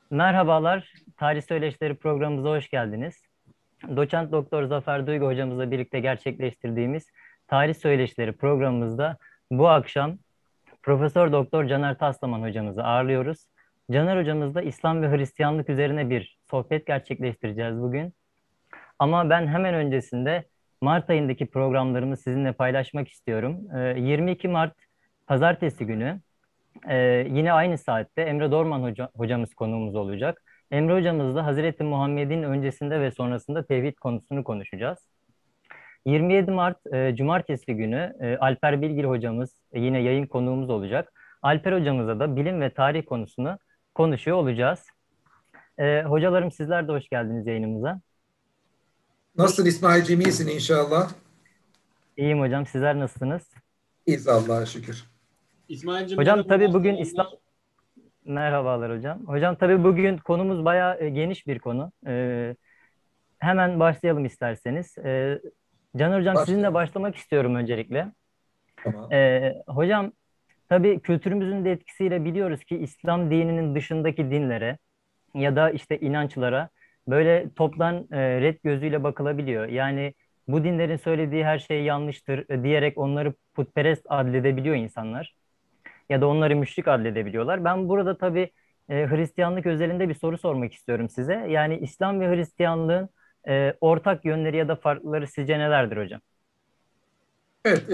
Merhabalar, Tarih Söyleşileri programımıza hoş geldiniz. Doçent Doktor Zafer Duygu hocamızla birlikte gerçekleştirdiğimiz Tarih Söyleşileri programımızda bu akşam Profesör Doktor Caner Taslaman hocamızı ağırlıyoruz. Caner hocamızla İslam ve Hristiyanlık üzerine bir sohbet gerçekleştireceğiz bugün. Ama ben hemen öncesinde Mart ayındaki programlarımı sizinle paylaşmak istiyorum. 22 Mart Pazartesi günü yine aynı saatte Emre Dorman hocamız konuğumuz olacak. Emre hocamızla Hazreti Muhammed'in öncesinde ve sonrasında tevhid konusunu konuşacağız. 27 Mart Cumartesi günü Alper Bilgil hocamız yine yayın konuğumuz olacak. Alper hocamıza da bilim ve tarih konusunu konuşuyor olacağız. Hocalarım sizler de hoş geldiniz yayınımıza. Nasılsın İsmail'cim, iyisin inşallah. İyiyim hocam, sizler nasılsınız? İyiyiz Allah'a şükür. İsmail'cim Hocam tabii merhabalar, bugün selamlar. Merhabalar hocam. Hocam tabii bugün konumuz bayağı geniş bir konu. Hemen başlayalım isterseniz. Can Hocam sizinle Başlayalım. başlamak istiyorum öncelikle. Tamam. Hocam tabii kültürümüzün de etkisiyle biliyoruz ki İslam dininin dışındaki dinlere ya da işte inançlara böyle toptan red gözüyle bakılabiliyor. Yani bu dinlerin söylediği her şey yanlıştır diyerek onları putperest adledebiliyor insanlar ya da onları müşrik adledebiliyorlar. Ben burada tabii Hristiyanlık özelinde bir soru sormak istiyorum size. Yani İslam ve Hristiyanlığın ortak yönleri ya da farklıları sizce nelerdir hocam? Evet,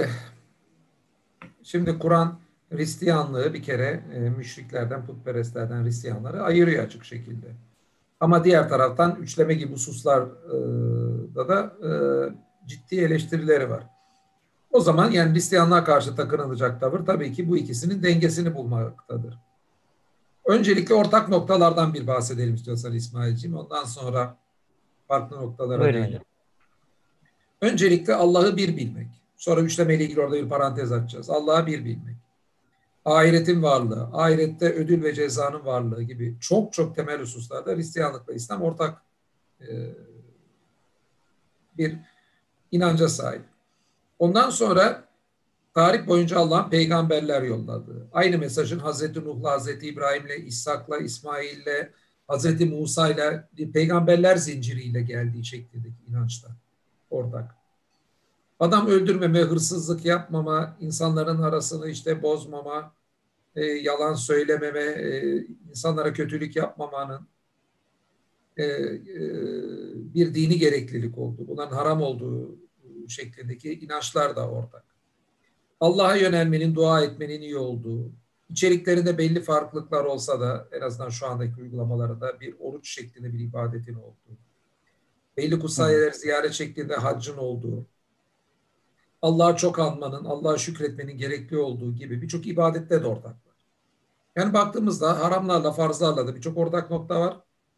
şimdi Kur'an Hristiyanlığı bir kere müşriklerden, putperestlerden Hristiyanları ayırıyor açık şekilde. Ama diğer taraftan üçleme gibi hususlarda da ciddi eleştirileri var. O zaman yani Hristiyanlığa karşı takınılacak tavır tabii ki bu ikisinin dengesini bulmaktadır. Öncelikle ortak noktalardan bir bahsedelim istiyorsan İsmailciğim. Ondan sonra farklı noktalara Buyurun değinelim. hocam. Öncelikle Allah'ı bir bilmek. Sonra üçlemeyle ilgili orada bir parantez açacağız. Allah'ı bir bilmek. Ahiretin varlığı, ahirette ödül ve cezanın varlığı gibi çok çok temel hususlarda Hristiyanlıkla İslam ortak e, bir inanca sahip. Ondan sonra tarih boyunca Allah'ın peygamberler yolladığı, aynı mesajın Hazreti Nuh'la, Hazreti İbrahim'le, İshak'la, İsmail'le, Hazreti Musa'yla bir peygamberler zinciriyle geldiği şeklindeki inançlar ortak. Adam öldürmeme, hırsızlık yapmama, insanların arasını işte bozmama, yalan söylememe, insanlara kötülük yapmamanın bir dini gereklilik olduğu, bunların haram olduğu şeklindeki inançlar da ortak. Allah'a yönelmenin, dua etmenin iyi olduğu, içeriklerinde belli farklılıklar olsa da en azından şu andaki uygulamalarında bir oruç şeklinde bir ibadetin olduğu, belli Hı hı. kutsayeleri ziyaret şeklinde haccın olduğu, Allah'ı çok anmanın, Allah'a şükretmenin gerekli olduğu gibi birçok ibadette de ortaklar. Yani baktığımızda haramlarla, farzlarla da birçok ortak nokta var.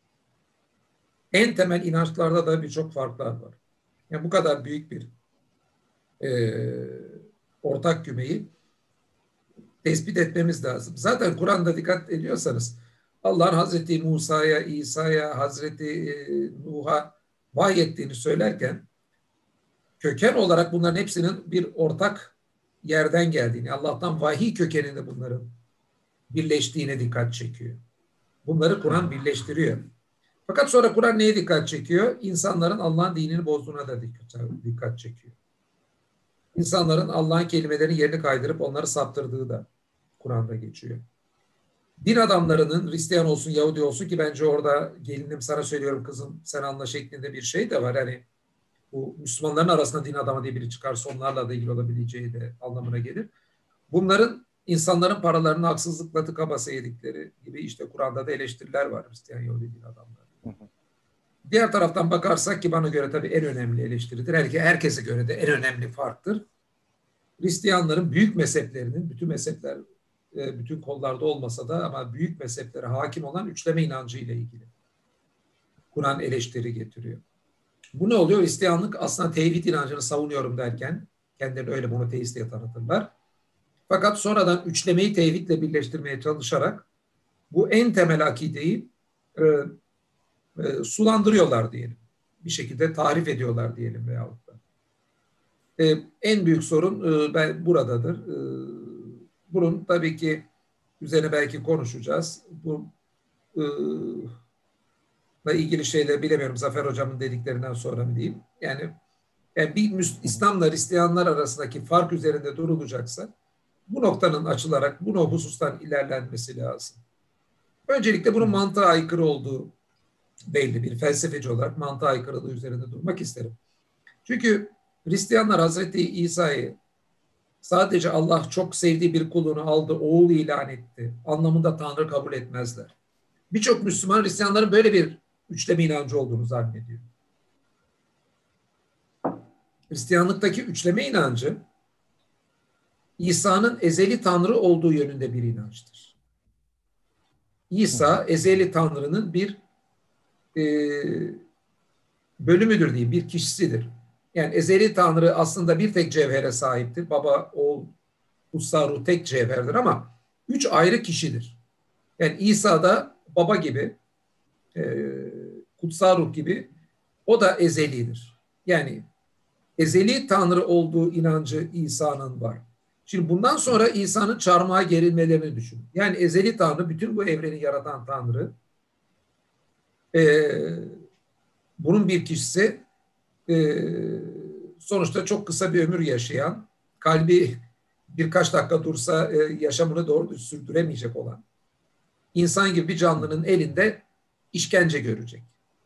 En temel inançlarda da birçok farklar var. Yani bu kadar büyük bir e, ortak kümeyi tespit etmemiz lazım. Zaten Kur'an'da dikkat ediyorsanız Allah'ın Hazreti Musa'ya, İsa'ya, Hazreti Nuh'a vahyettiğini söylerken köken olarak bunların hepsinin bir ortak yerden geldiğini, Allah'tan vahiy kökeninde bunların birleştiğine dikkat çekiyor. Bunları Hı Kur'an hı. birleştiriyor. Fakat sonra Kur'an neye dikkat çekiyor? İnsanların Allah'ın dinini bozduğuna da dikkat çekiyor. İnsanların Allah'ın kelimelerini yerini kaydırıp onları saptırdığı da Kur'an'da geçiyor. Din adamlarının Hristiyan olsun, Yahudi olsun ki bence orada gelinim sana söylüyorum kızım sen anla şeklinde bir şey de var. Hani bu Müslümanların arasında din adamı diye biri çıkarsa onlarla da ilgili olabileceği de anlamına gelir. Bunların insanların paralarını haksızlıkla tıka basa yedikleri gibi işte Kur'an'da da eleştiriler var Hristiyan Yahudi din adamları. Hı hı. Diğer taraftan bakarsak ki bana göre tabii en önemli eleştiridir. Herkese göre de en önemli farktır. Hristiyanların büyük mezheplerinin, bütün mezhepler bütün kollarda olmasa da ama büyük mezheplere hakim olan üçleme inancı ile ilgili. Kur'an eleştiri getiriyor. Bu ne oluyor? Hristiyanlık aslında tevhid inancını savunuyorum derken kendilerini öyle monoteist diye tanıtırlar. Fakat sonradan üçlemeyi tevhidle birleştirmeye çalışarak bu en temel akideyi e, sulandırıyorlar diyelim. Bir şekilde tarif ediyorlar diyelim veyahut da. En büyük sorun buradadır. Bunun tabii ki üzerine belki konuşacağız. Bu ilgili şeyler bilemiyorum. Zafer Hocam'ın dediklerinden sonra mı diyeyim. Yani bir Hı hı. İslam'la Hristiyanlar arasındaki fark üzerinde durulacaksa bu noktanın açılarak bu husustan ilerlenmesi lazım. Öncelikle Hı bunun hı. mantığa aykırı olduğu belli, bir felsefeci olarak mantığa aykırılığı üzerinde durmak isterim. Çünkü Hristiyanlar Hazreti İsa'yı sadece Allah çok sevdiği bir kulunu aldı, oğul ilan etti anlamında Tanrı kabul etmezler. Birçok Müslüman Hristiyanların böyle bir üçleme inancı olduğunu zannediyor. Hristiyanlıktaki üçleme inancı İsa'nın ezeli Tanrı olduğu yönünde bir inançtır. Hı hı. İsa ezeli Tanrı'nın bir e, bölümüdür diyeyim, bir kişisidir. Yani ezeli Tanrı aslında bir tek cevhere sahiptir. Baba, oğul, kutsal ruh tek cevherdir ama üç ayrı kişidir. Yani İsa da baba gibi, e, kutsal ruh gibi o da ezelidir. Yani ezeli Tanrı olduğu inancı İsa'nın var. Şimdi bundan Hı hı. sonra İsa'nın çarmıha gerilmelerini düşün. Yani ezeli Tanrı, bütün bu evreni yaratan Tanrı, e, bunun bir kişisi, e, sonuçta çok kısa bir ömür yaşayan, kalbi birkaç dakika dursa yaşamını doğru düz sürdüremeyecek olan, insan gibi bir Hı hı. canlının elinde işkence görecek.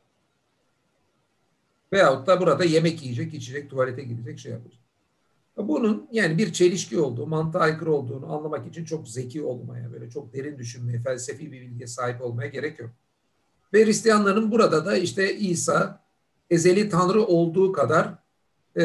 Veyahut da burada yemek yiyecek, içecek, tuvalete gidecek, şey yapacak. Bunun yani bir çelişki olduğu, mantığa aykırı olduğunu anlamak için çok zeki olmaya, böyle çok derin düşünmeye, felsefi bir bilgiye sahip olmaya gerek yok. Ve Hristiyanların burada da işte İsa ezeli Tanrı olduğu kadar e,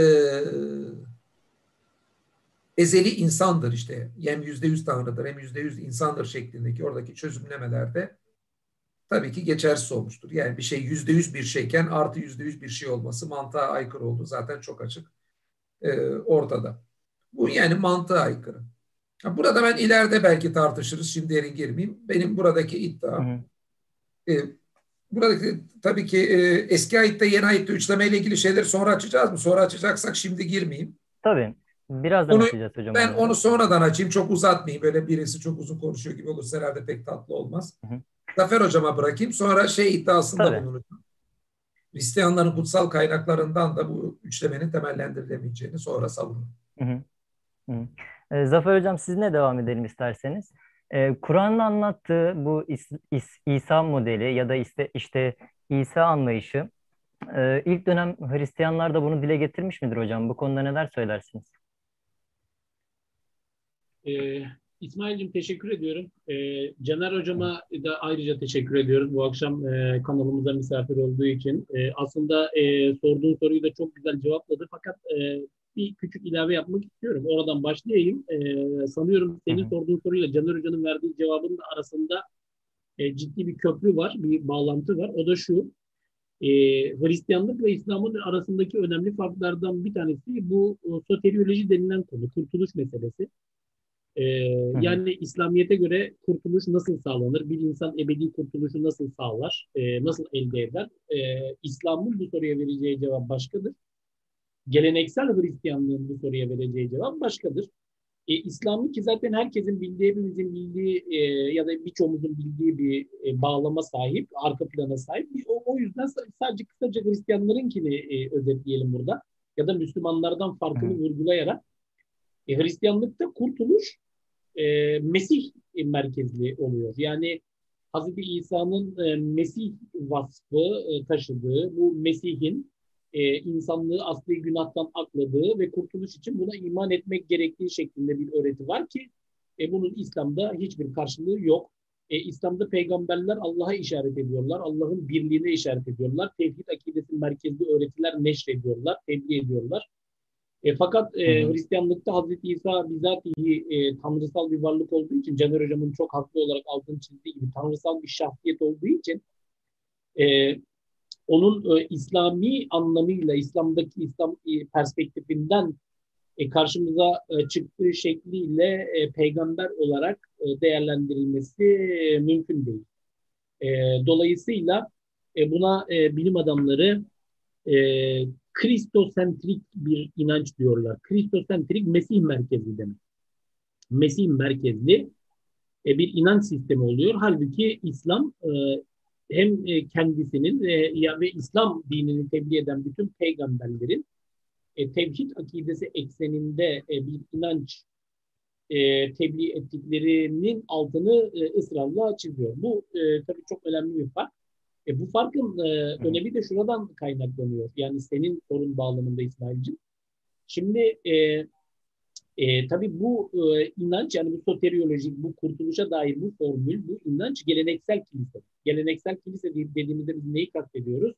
ezeli insandır işte. Hem %100 Tanrı'dır hem %100 insandır şeklindeki oradaki çözümlemelerde tabii ki geçersiz olmuştur. Yani bir şey %100 bir şeyken artı %100 bir şey olması mantığa aykırı olduğu zaten çok açık ortada. Bu yani mantığa aykırı. Burada ben ileride belki tartışırız. Şimdi derin girmeyeyim. Benim buradaki Hı iddiam, hı. e, buradaki tabii ki eski ayette yeni ayette üçleme ile ilgili şeyleri sonra açacağız mı? Sonra açacaksak şimdi girmeyeyim. Tabii. Birazdan Onu açacağız hocam Ben onu onları. sonradan açayım. Çok uzatmayayım. Böyle birisi çok uzun konuşuyor gibi olursa herhalde pek tatlı olmaz. Hı hı. Zafer hocama bırakayım. Sonra şey iddiasında Tabii. bulunacağım. Hristiyanların kutsal kaynaklarından da bu üçlemenin temellendirilemeyeceğini sonra savunurum. Hı hı. Hı hı. Zafer hocam sizinle devam edelim isterseniz. Kur'an'ın anlattığı bu İsa modeli ya da işte İsa anlayışı ilk dönem Hristiyanlar da bunu dile getirmiş midir hocam? Bu konuda neler söylersiniz? Ee, İsmail'cim teşekkür ediyorum. Caner Hı hı. Hocama da ayrıca teşekkür ediyorum bu akşam kanalımıza misafir olduğu için. Aslında sorduğun soruyu da çok güzel cevapladı fakat bir küçük ilave yapmak istiyorum. Oradan başlayayım. Sanıyorum Hı senin hı. sorduğun soruyla Caner Hoca'nın verdiği cevabın da arasında ciddi bir köprü var, bir bağlantı var. O da şu. E, Hristiyanlık ve İslam'ın arasındaki önemli farklardan bir tanesi bu soterioloji denilen konu, kurtuluş meselesi. Ee, Hı hı. Yani İslamiyet'e göre kurtuluş nasıl sağlanır? Bir insan ebedi kurtuluşu nasıl sağlar? Nasıl elde eder? İslam'ın bu soruya vereceği cevap başkadır. Geleneksel Hristiyanlığın bu soruya vereceği cevap başkadır. İslam'ı ki zaten herkesin bildiği, hepimizin bildiği ya da birçoğumuzun bildiği bir bağlama sahip, arka plana sahip. O yüzden sadece kısaca Hristiyanlarınkini özetleyelim burada. Ya da Müslümanlardan Hı farkını hı. vurgulayarak. Hristiyanlıkta kurtuluş Mesih merkezli oluyor. Yani Hazreti İsa'nın Mesih vasfı taşıdığı, bu Mesih'in insanlığı asli günahtan akladığı ve kurtuluş için buna iman etmek gerektiği şeklinde bir öğreti var ki bunun İslam'da hiçbir karşılığı yok. İslam'da peygamberler Allah'a işaret ediyorlar, Allah'ın birliğine işaret ediyorlar, tevhid akidesi merkezli öğretiler neşrediyorlar, tebliğ ediyorlar. Fakat Hı hı. Hristiyanlıkta Hazreti İsa bizatihi tanrısal bir varlık olduğu için, Caner Hocam'ın çok haklı olarak altını çizdiği gibi tanrısal bir şahsiyet olduğu için e, onun İslami anlamıyla, İslam'daki İslam perspektifinden karşımıza çıktığı şekliyle peygamber olarak değerlendirilmesi mümkün değil. Dolayısıyla buna bilim adamları e, Kristosentrik bir inanç diyorlar. Kristosentrik Mesih merkezli demek. Mesih merkezli bir inanç sistemi oluyor. Halbuki İslam hem kendisinin ve İslam dinini tebliğ eden bütün peygamberlerin tevhid akidesi ekseninde bir inanç tebliğ ettiklerinin altını ısrarla çiziyor. Bu tabii çok önemli bir fark. Bu farkın önemi de şuradan kaynaklanıyor. Yani senin sorun bağlamında İsmail'cim. Şimdi tabii bu inanç, yani bu soteriolojik, bu kurtuluşa dair bu formül, bu inanç geleneksel kilise. Geleneksel kilise dediğimizde biz neyi kastediyoruz?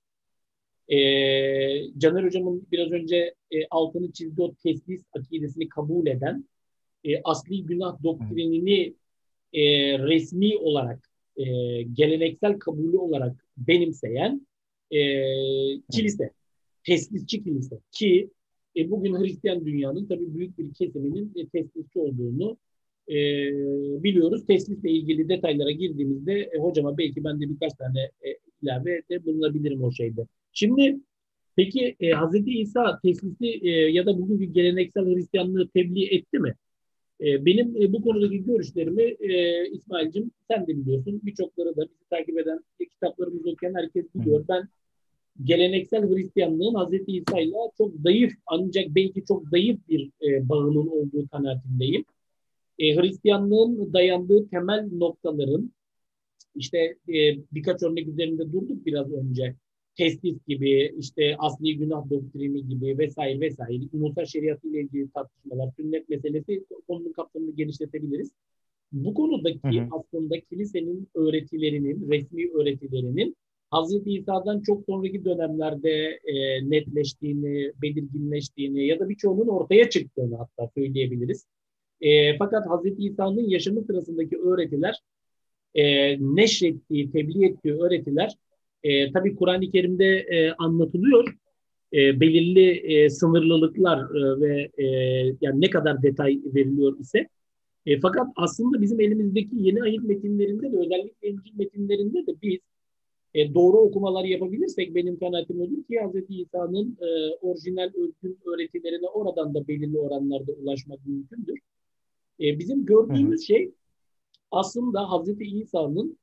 Caner Hocam'ın biraz önce altını çizdiği o teslis akidesini kabul eden, asli günah doktrinini resmi olarak, geleneksel kabulü olarak benimseyen kilise, teslisçi kilise ki bugün Hristiyan dünyanın tabii büyük bir kesiminin teslisçi olduğunu biliyoruz. Teslisle ilgili detaylara girdiğimizde hocama belki ben de birkaç tane ilave de bulunabilirim o şeyde. Şimdi peki Hz. İsa teslisi ya da bugünkü geleneksel Hristiyanlığı tebliğ etti mi? Benim bu konudaki görüşlerimi İsmail'cim sen de biliyorsun. Birçokları da bizi takip eden, kitaplarımızı okuyan herkes biliyor. Ben geleneksel Hristiyanlığın Hz. İsa ile çok zayıf, ancak belki çok zayıf bir bağının olduğu kanaatindeyim. Hristiyanlığın dayandığı temel noktaların işte birkaç örnek üzerinde durduk biraz önce. Teslis gibi, işte asli günah doktrini gibi vesaire vesaire. Musa şeriatı ile ilgili tartışmalar, sünnet meselesi, konunun kapsamını genişletebiliriz. Bu konudaki aslında kilisenin öğretilerinin, resmi öğretilerinin Hazreti İsa'dan çok sonraki dönemlerde netleştiğini, belirginleştiğini ya da birçoğunun ortaya çıktığını hatta söyleyebiliriz. Fakat Hazreti İsa'nın yaşamı sırasındaki öğretiler, neşrettiği, tebliğ ettiği öğretiler tabii Kur'an-ı Kerim'de anlatılıyor. Belirli sınırlılıklar ve yani ne kadar detay veriliyor ise. Fakat aslında bizim elimizdeki yeni ahit metinlerinde de, özellikle İncil metinlerinde de biz doğru okumalar yapabilirsek benim kanaatim odur ki Hz. İsa'nın orijinal özgün öğretilerine oradan da belirli oranlarda ulaşmak mümkündür. Bizim gördüğümüz şey aslında Hz. İsa'nın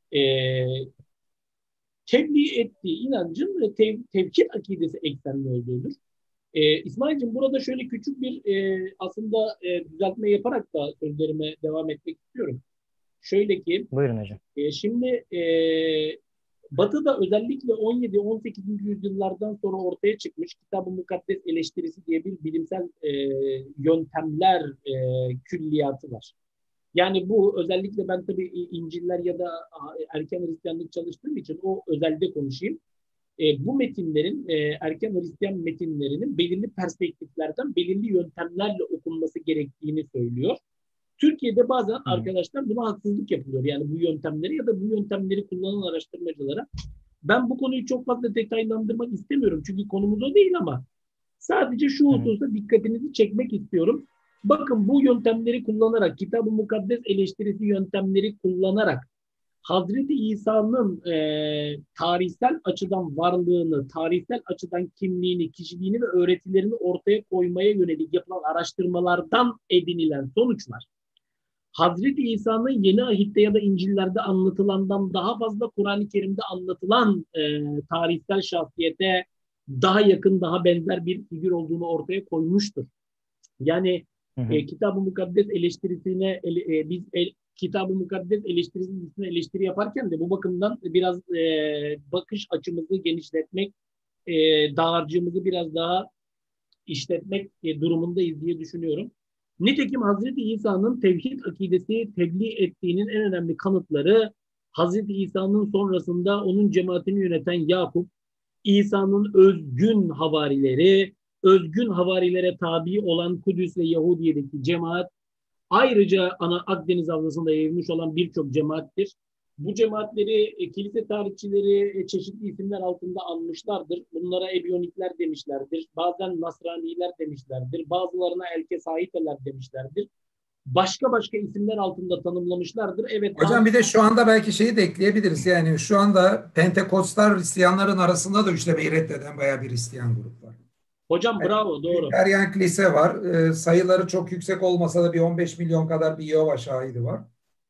tebliğ ettiği inancın tevhid akidesi eksenli olduğudur. İsmail'cim burada şöyle küçük bir aslında düzeltme yaparak da sözlerime devam etmek istiyorum. Şöyle ki, buyurun hocam. Şimdi Batı'da özellikle 17-18. yüzyıllardan sonra ortaya çıkmış Kitab-ı Mukaddes eleştirisi diye bir bilimsel yöntemler külliyatı var. Yani bu özellikle ben tabii İncil'ler ya da erken Hristiyanlık çalıştığım için o özelde konuşayım. Bu metinlerin, erken Hristiyan metinlerinin belirli perspektiflerden, belirli yöntemlerle okunması gerektiğini söylüyor. Türkiye'de bazen arkadaşlar buna haksızlık yapılıyor. Yani bu yöntemleri ya da bu yöntemleri kullanan araştırmacılara. Ben bu konuyu çok fazla detaylandırmak istemiyorum. Çünkü konumuz o değil ama sadece şu hususta dikkatinizi çekmek istiyorum. Bakın bu yöntemleri kullanarak, Kitab-ı Mukaddes eleştirisi yöntemleri kullanarak Hazreti İsa'nın tarihsel açıdan varlığını, tarihsel açıdan kimliğini, kişiliğini ve öğretilerini ortaya koymaya yönelik yapılan araştırmalardan edinilen sonuçlar, Hazreti İsa'nın yeni ahitte ya da İncil'lerde anlatılandan daha fazla Kur'an-ı Kerim'de anlatılan tarihsel şahsiyete daha yakın, daha benzer bir figür olduğunu ortaya koymuştur. Yani Kitab-ı Mukaddes eleştirisine biz Kitab-ı Mukaddes eleştirisine eleştiri yaparken de bu bakımdan biraz bakış açımızı genişletmek, dağarcığımızı biraz daha işletmek durumundayız diye düşünüyorum. Nitekim Hazreti İsa'nın tevhid akidesi tebliğ ettiğinin en önemli kanıtları Hazreti İsa'nın sonrasında onun cemaatini yöneten Yakup, İsa'nın özgün havarileri, özgün havarilere tabi olan Kudüs ve Yahudiye'deki cemaat, ayrıca Akdeniz havzasında yayılmış olan birçok cemaattir. Bu cemaatleri kilise tarihçileri çeşitli isimler altında anmışlardır. Bunlara Ebyonikler demişlerdir. Bazen Nasraniler demişlerdir. Bazılarına El-Kesaiteler demişlerdir. Başka başka isimler altında tanımlamışlardır. Evet. Hocam bir de şu anda belki şeyi de ekleyebiliriz. Yani şu anda Pentekostal Hristiyanların arasında da üçlemeyi reddeden bayağı bir Hristiyan grup var. Hocam bravo, doğru. Eryan Kilise var. Sayıları çok yüksek olmasa da bir 15 milyon kadar bir Yehova şahidi var.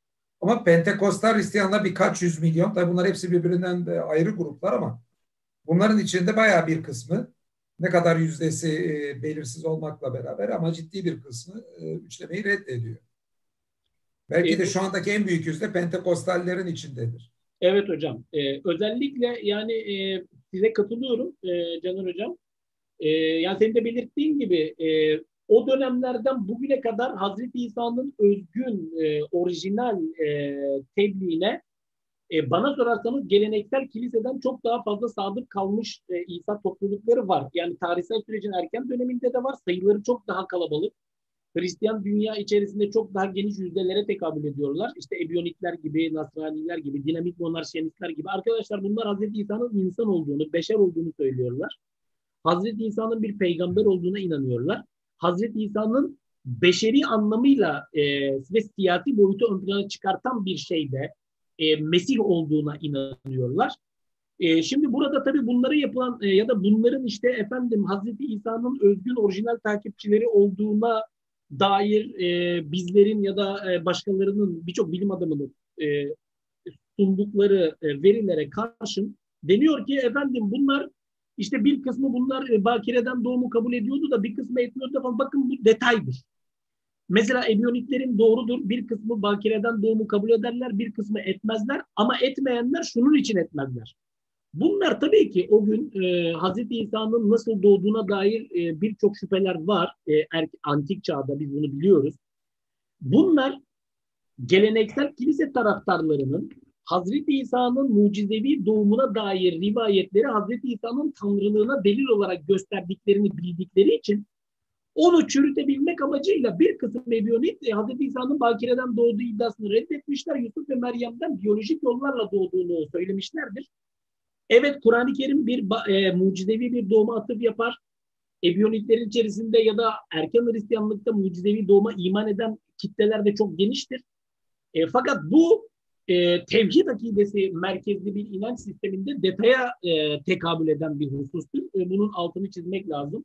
Ama Pentekostal Hristiyanlar birkaç yüz milyon. Tabii bunlar hepsi birbirinden de ayrı gruplar ama bunların içinde bayağı bir kısmı, ne kadar yüzdesi belirsiz olmakla beraber ama ciddi bir kısmı üçlemeyi reddediyor. Belki de şu andaki en büyük yüzde Pentekostallerin içindedir. Evet hocam. Özellikle yani size katılıyorum Caner hocam. Yani senin de belirttiğin gibi o dönemlerden bugüne kadar Hazreti İsa'nın özgün, orijinal tebliğine bana sorarsanız geleneksel kiliseden çok daha fazla sadık kalmış İsa toplulukları var. Yani tarihsel sürecin erken döneminde de var. Sayıları çok daha kalabalık. Hristiyan dünya içerisinde çok daha geniş yüzdelere tekabül ediyorlar. İşte Ebiyonitler gibi, Nasraniler gibi, dinamik monarşiyonistler gibi. Arkadaşlar bunlar Hazreti İsa'nın insan olduğunu, beşer olduğunu söylüyorlar. Hazreti İsa'nın bir peygamber olduğuna inanıyorlar. Hazreti İsa'nın beşeri anlamıyla ve siyasi boyutu ön plana çıkartan bir şeyde Mesih olduğuna inanıyorlar. Şimdi burada tabii bunlara yapılan ya da bunların işte efendim Hazreti İsa'nın özgün orijinal takipçileri olduğuna dair bizlerin ya da başkalarının birçok bilim adamının sundukları verilere karşın deniyor ki efendim bunlar işte bir kısmı bunlar bakireden doğumu kabul ediyordu da bir kısmı etmiyordu falan. Bakın bu detaydır. Mesela Ebiyonitlerin doğrudur. Bir kısmı bakireden doğumu kabul ederler, bir kısmı etmezler. Ama etmeyenler şunun için etmezler. Bunlar tabii ki o gün Hazreti İsa'nın nasıl doğduğuna dair birçok şüpheler var. Antik çağda biz bunu biliyoruz. Bunlar geleneksel kilise taraftarlarının Hazreti İsa'nın mucizevi doğumuna dair rivayetleri Hazreti İsa'nın tanrılığına delil olarak gösterdiklerini bildikleri için onu çürütebilmek amacıyla bir kısım Ebiyonit Hazreti İsa'nın bakireden doğduğu iddiasını reddetmişler. Yusuf ve Meryem'den biyolojik yollarla doğduğunu söylemişlerdir. Evet, Kur'an-ı Kerim bir mucizevi bir doğuma atıf yapar. Ebiyonitlerin içerisinde ya da erken Hristiyanlıkta mucizevi doğuma iman eden kitleler de çok geniştir. Fakat bu tevhid akidesi merkezli bir inanç sisteminde detaya tekabül eden bir husustur. Bunun altını çizmek lazım.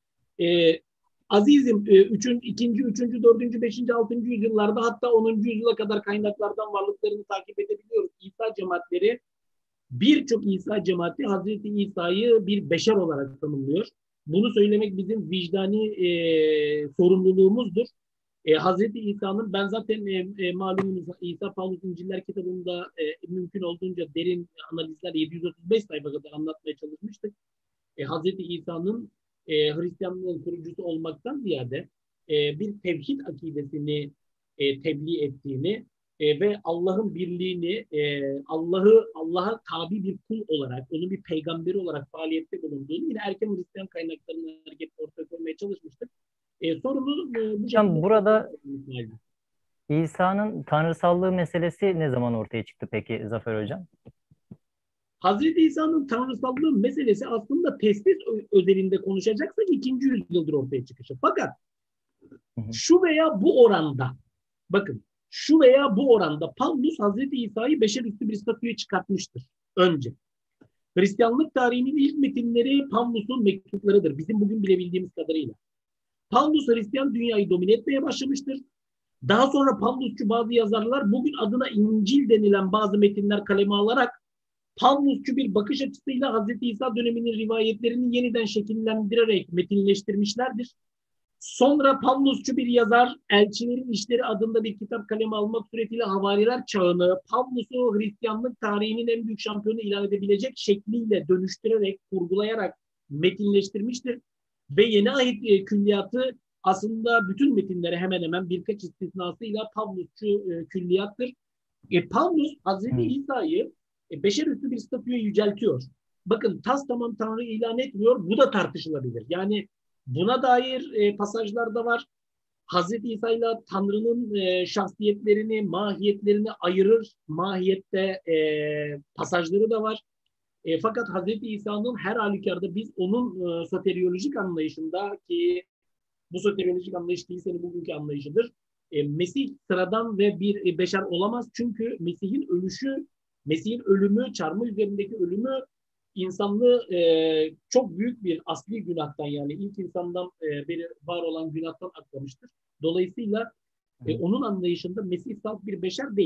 Azizim, 2. 3. 4. 5. 6. yüzyıllarda hatta 10. yüzyıla kadar kaynaklardan varlıklarını takip edebiliyoruz. İsa cemaatleri birçok İsa cemaati Hazreti İsa'yı bir beşer olarak tanımlıyor. Bunu söylemek bizim vicdani sorumluluğumuzdur. Hazreti İsa'nın ben zaten malumunuz İsa Paulus İnciller kitabında mümkün olduğunca derin analizler 735 sayfa kadar anlatmaya çalışmıştık. Hazreti İsa'nın Hristiyanlığın kurucusu olmaktan ziyade bir tevhid akidesini tebliğ ettiğini ve Allah'ın birliğini, Allah'a tabi bir kul olarak, onun bir peygamberi olarak faaliyette bulunduğunu yine erken Hristiyan kaynaklarından hareketle ortaya koymaya çalışmıştık. Sorunu bu Hocam şekilde. burada İsa'nın tanrısallığı meselesi ne zaman ortaya çıktı peki Zafer Hocam? Hazreti İsa'nın tanrısallığı meselesi aslında teslis özelinde konuşacaksak 2. yüzyıldır ortaya çıkışı. Fakat şu veya bu oranda, bakın şu veya bu oranda Pavlus Hazreti İsa'yı beşerüstü bir statüye çıkartmıştır önce. Hristiyanlık tarihinin ilk metinleri Pavlus'un mektuplarıdır. Bizim bugün bilebildiğimiz kadarıyla. Pavlus Hristiyan dünyayı domine etmeye başlamıştır. Daha sonra Pavlusçu bazı yazarlar bugün adına İncil denilen bazı metinler kaleme alarak Pavlusçu bir bakış açısıyla Hazreti İsa döneminin rivayetlerini yeniden şekillendirerek metinleştirmişlerdir. Sonra Pavlusçu bir yazar Elçilerin İşleri adında bir kitap kaleme almak suretiyle havariler çağını Pavlus'u Hristiyanlık tarihinin en büyük şampiyonu ilan edebilecek şekliyle dönüştürerek, kurgulayarak metinleştirmiştir. Ve yeni ahit külliyatı aslında bütün metinlere hemen hemen birkaç istisnasıyla Pavlusçu külliyattır. Pavlus Hazreti İsa'yı beşerüstü bir statüye yüceltiyor. Bakın tas tamam Tanrı ilan etmiyor. Bu da tartışılabilir. Yani buna dair pasajlar da var. Hazreti İsa ile Tanrı'nın şahsiyetlerini, mahiyetlerini ayırır. Mahiyette pasajları da var. Fakat Hazreti İsa'nın her halükarda biz onun soteriolojik anlayışında ki bu soteriolojik anlayış kilisenin bugünkü anlayışıdır. Mesih sıradan ve bir beşer olamaz. Çünkü Mesih'in ölüşü, Mesih'in ölümü, çarmıh üzerindeki ölümü insanlığı çok büyük bir asli günahtan yani ilk insandan beri var olan günahtan aklamıştır. Dolayısıyla onun anlayışında Mesih salt bir beşer değil.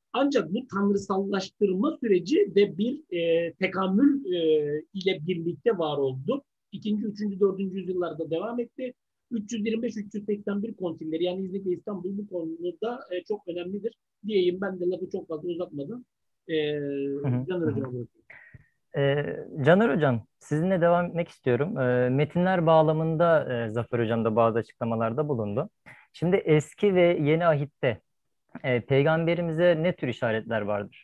Ancak bu tanrısallaştırma süreci de bir tekamül ile birlikte var oldu. 2. 3. 4. yüzyıllarda devam etti. 325-381 konsilleri, yani İznik ve İstanbul bu konuda çok önemlidir diyeyim. Ben de lafı çok fazla uzatmadan Hı hı, Caner hı hı. Hocam'a bırakıyorum. Caner Hocam, sizinle devam etmek istiyorum. Metinler bağlamında Zafer Hocam da bazı açıklamalarda bulundu. Şimdi eski ve yeni ahitte peygamberimize ne tür işaretler vardır?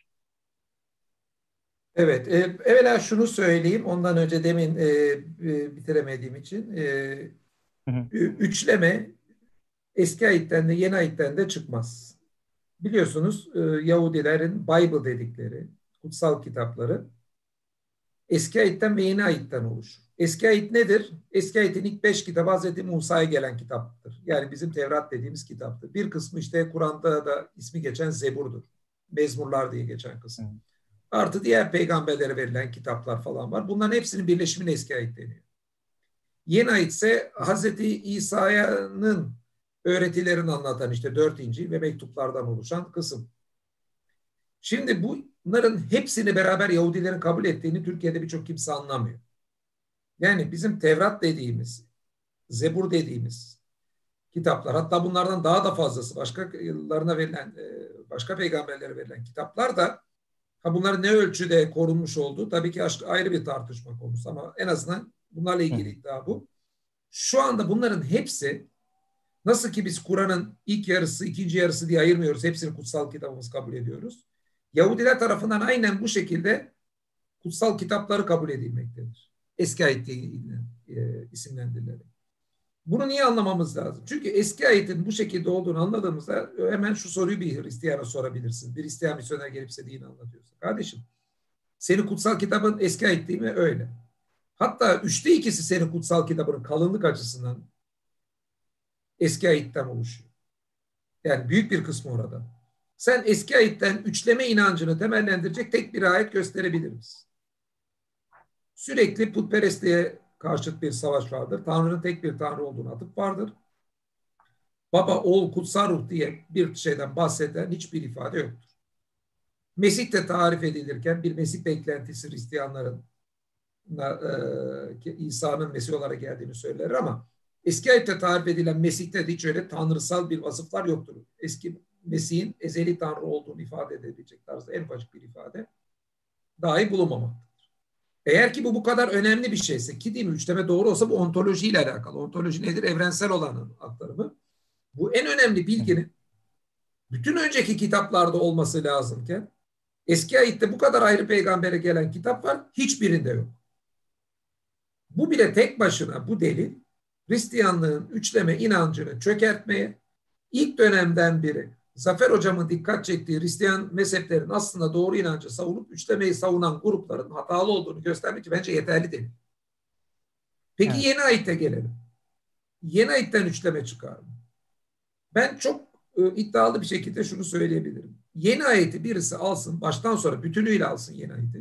Evet, evvela şunu söyleyeyim. Ondan önce demin bitiremediğim için Hı hı, üçleme eski ayetten de yeni ayetten de çıkmaz. Biliyorsunuz Yahudilerin Bible dedikleri kutsal kitapları eski ayetten ve yeni ayetten oluşur. Eski ayet nedir? Eski ayetin ilk 5 kitabı Hazreti Musa'ya gelen kitaptır. Yani bizim Tevrat dediğimiz kitaptır. Bir kısmı işte Kur'an'da da ismi geçen Zebur'dur. Mezmurlar diye geçen hı kısım. Artı diğer peygamberlere verilen kitaplar falan var. Bunların hepsinin birleşimine eski ayet deniyor. Yeni ayet ise Hazreti İsa'nın öğretilerini anlatan işte 4 İncil ve mektuplardan oluşan kısım. Şimdi bunların hepsini beraber Yahudilerin kabul ettiğini Türkiye'de birçok kimse anlamıyor. Yani bizim Tevrat dediğimiz, Zebur dediğimiz kitaplar, hatta bunlardan daha da fazlası başkalarına verilen, başka peygamberlere verilen kitaplar da bunların ne ölçüde korunmuş olduğu tabii ki ayrı bir tartışma konusu ama en azından bunlarla hı, ilgili iddia bu. Şu anda bunların hepsi nasıl ki biz Kur'an'ın ilk yarısı, ikinci yarısı diye ayırmıyoruz. Hepsini kutsal kitabımız kabul ediyoruz. Yahudiler tarafından aynen bu şekilde kutsal kitapları kabul edilmektedir. Eski ayet diye isimlendirilerek. Bunu niye anlamamız lazım? Çünkü eski ayetin bu şekilde olduğunu anladığımızda hemen şu soruyu bir Hristiyana sorabilirsin. Bir Hristiyan misyoner gelip size dini anlatıyorsa. Kardeşim, senin kutsal kitabın eski ayet değil mi? Öyle. Hatta 2/3'ü senin kutsal kitabının kalınlık açısından eski ayetten oluşuyor. Yani büyük bir kısmı orada. Sen eski ayetten üçleme inancını temellendirecek tek bir ayet gösterebilir misin? Sürekli putperestliğe karşıt bir savaş vardır. Tanrı'nın tek bir Tanrı olduğunu atıp vardır. Baba, oğul, kutsal ruh diye bir şeyden bahseden hiçbir ifade yoktur. Mesih de tarif edilirken bir Mesih beklentisi Hristiyanların İsa'nın Mesih olarak geldiğini söyler ama eski ayette tarif edilen Mesih'te de hiç öyle tanrısal bir vasıflar yoktur. Eski Mesih'in ezeli tanrı olduğunu ifade edebilecek tarzda en ufacık bir ifade dahi bulunmamaktadır. Eğer ki bu kadar önemli bir şeyse ki değil mi üçleme doğru olsa bu ontolojiyle alakalı. Ontoloji nedir? Evrensel olanın aktarımı. Bu en önemli hı hı, bilginin bütün önceki kitaplarda olması lazımken eski ayette bu kadar ayrı peygambere gelen kitap var, hiçbirinde yok. Bu bile tek başına bu delil Hristiyanlığın üçleme inancını çökertmeye ilk dönemden beri Zafer Hocam'ın dikkat çektiği Hristiyan mezheplerin aslında doğru inancı savunup üçlemeyi savunan grupların hatalı olduğunu göstermek için bence yeterli değil. Peki evet. yeni ayete gelelim. Yeni ayetten üçleme çıkar mı? Ben çok iddialı bir şekilde şunu söyleyebilirim. Yeni ayeti birisi alsın, baştan sonra bütünüyle alsın yeni ayeti.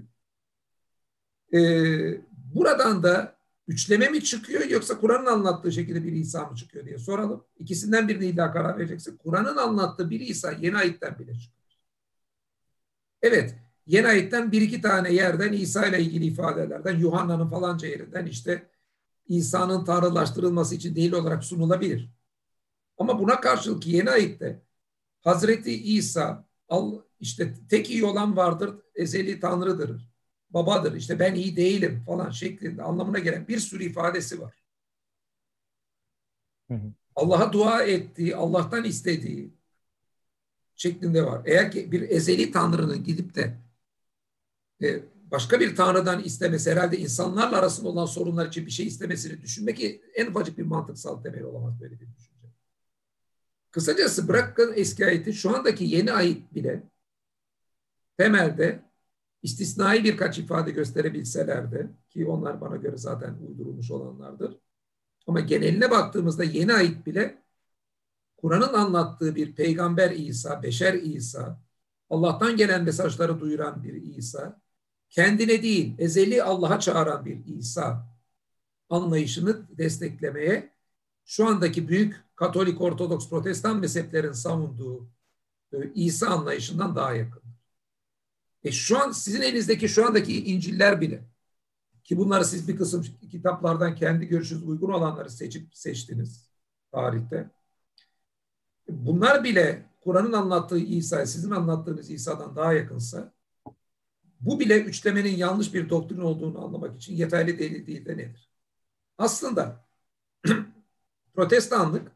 Buradan da üçleme mi çıkıyor yoksa Kur'an'ın anlattığı şekilde bir İsa mı çıkıyor diye soralım. İkisinden birini illa karar vereceksin. Kur'an'ın anlattığı bir İsa yeni ayetten bile çıkıyor. Evet, yeni ayetten bir iki tane yerden İsa ile ilgili ifadelerden, Yuhanna'nın falanca yerinden işte İsa'nın tanrılaştırılması için delil olarak sunulabilir. Ama buna karşılık yeni ayette Hazreti İsa işte tek iyi olan vardır, ezeli tanrıdır, babadır, işte ben iyi değilim falan şeklinde anlamına gelen bir sürü ifadesi var. Hı hı, Allah'a dua ettiği, Allah'tan istediği şeklinde var. Eğer ki bir ezeli tanrının gidip de başka bir tanrıdan istemesi herhalde insanlarla arasında olan sorunlar için bir şey istemesini düşünmek ki en ufacık bir mantıksal temel olamaz böyle bir düşünce. Kısacası hı hı, bırakın eski ayeti şu andaki yeni ayet bile temelde istisnai birkaç ifade gösterebilseler de ki onlar bana göre zaten uydurulmuş olanlardır. Ama geneline baktığımızda yeni ayet bile Kur'an'ın anlattığı bir peygamber İsa, beşer İsa, Allah'tan gelen mesajları duyuran bir İsa, kendine değil ezeli Allah'a çağıran bir İsa anlayışını desteklemeye şu andaki büyük Katolik, Ortodoks, Protestan mezheplerin savunduğu İsa anlayışından daha yakın. Şu an sizin elinizdeki şu andaki İncil'ler bile, ki bunları siz bir kısım kitaplardan kendi görüşünüz uygun olanları seçtiniz tarihte. Bunlar bile Kur'an'ın anlattığı İsa, sizin anlattığınız İsa'dan daha yakınsa, bu bile üçlemenin yanlış bir doktrin olduğunu anlamak için yeterli delil değil de nedir? Aslında Protestanlık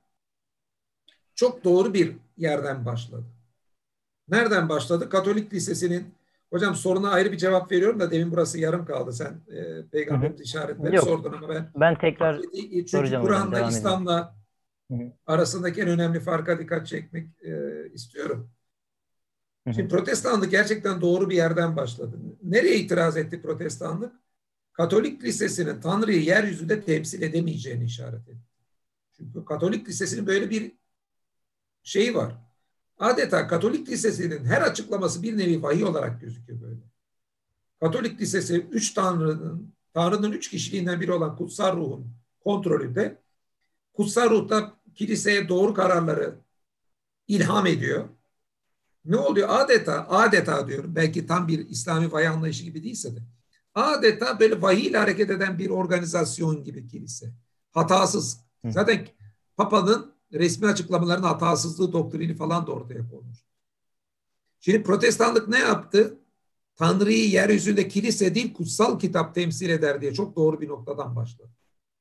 çok doğru bir yerden başladı. Nereden başladı? Katolik Lisesi'nin, hocam soruna ayrı bir cevap veriyorum da demin burası yarım kaldı. Sen peygamberimiz işaretleri Yok, sordun ama ben tekrar çünkü Kur'an'la İslam'la Hı hı. arasındaki en önemli farka dikkat çekmek istiyorum. Hı hı. Şimdi Protestanlık gerçekten doğru bir yerden başladı. Nereye itiraz etti Protestanlık? Katolik Lisesi'nin Tanrı'yı yeryüzünde temsil edemeyeceğini işaret etti. Çünkü Katolik Lisesi'nin böyle bir şeyi var. Adeta Katolik Lisesi'nin her açıklaması bir nevi vahiy olarak gözüküyor böyle. Katolik Lisesi Tanrı'nın üç kişiliğinden biri olan kutsal ruhun kontrolünde. Kutsal ruh da kiliseye doğru kararları ilham ediyor. Ne oluyor? Adeta diyorum. Belki tam bir İslami vahiy anlayışı gibi değilse de. Adeta böyle vahiy ile hareket eden bir organizasyon gibi kilise. Hatasız. Zaten Papa'nın resmi açıklamalarının hatasızlığı doktrini falan da ortaya konmuş. Şimdi Protestanlık ne yaptı? Tanrı'yı yeryüzünde kilise değil kutsal kitap temsil eder diye çok doğru bir noktadan başladı.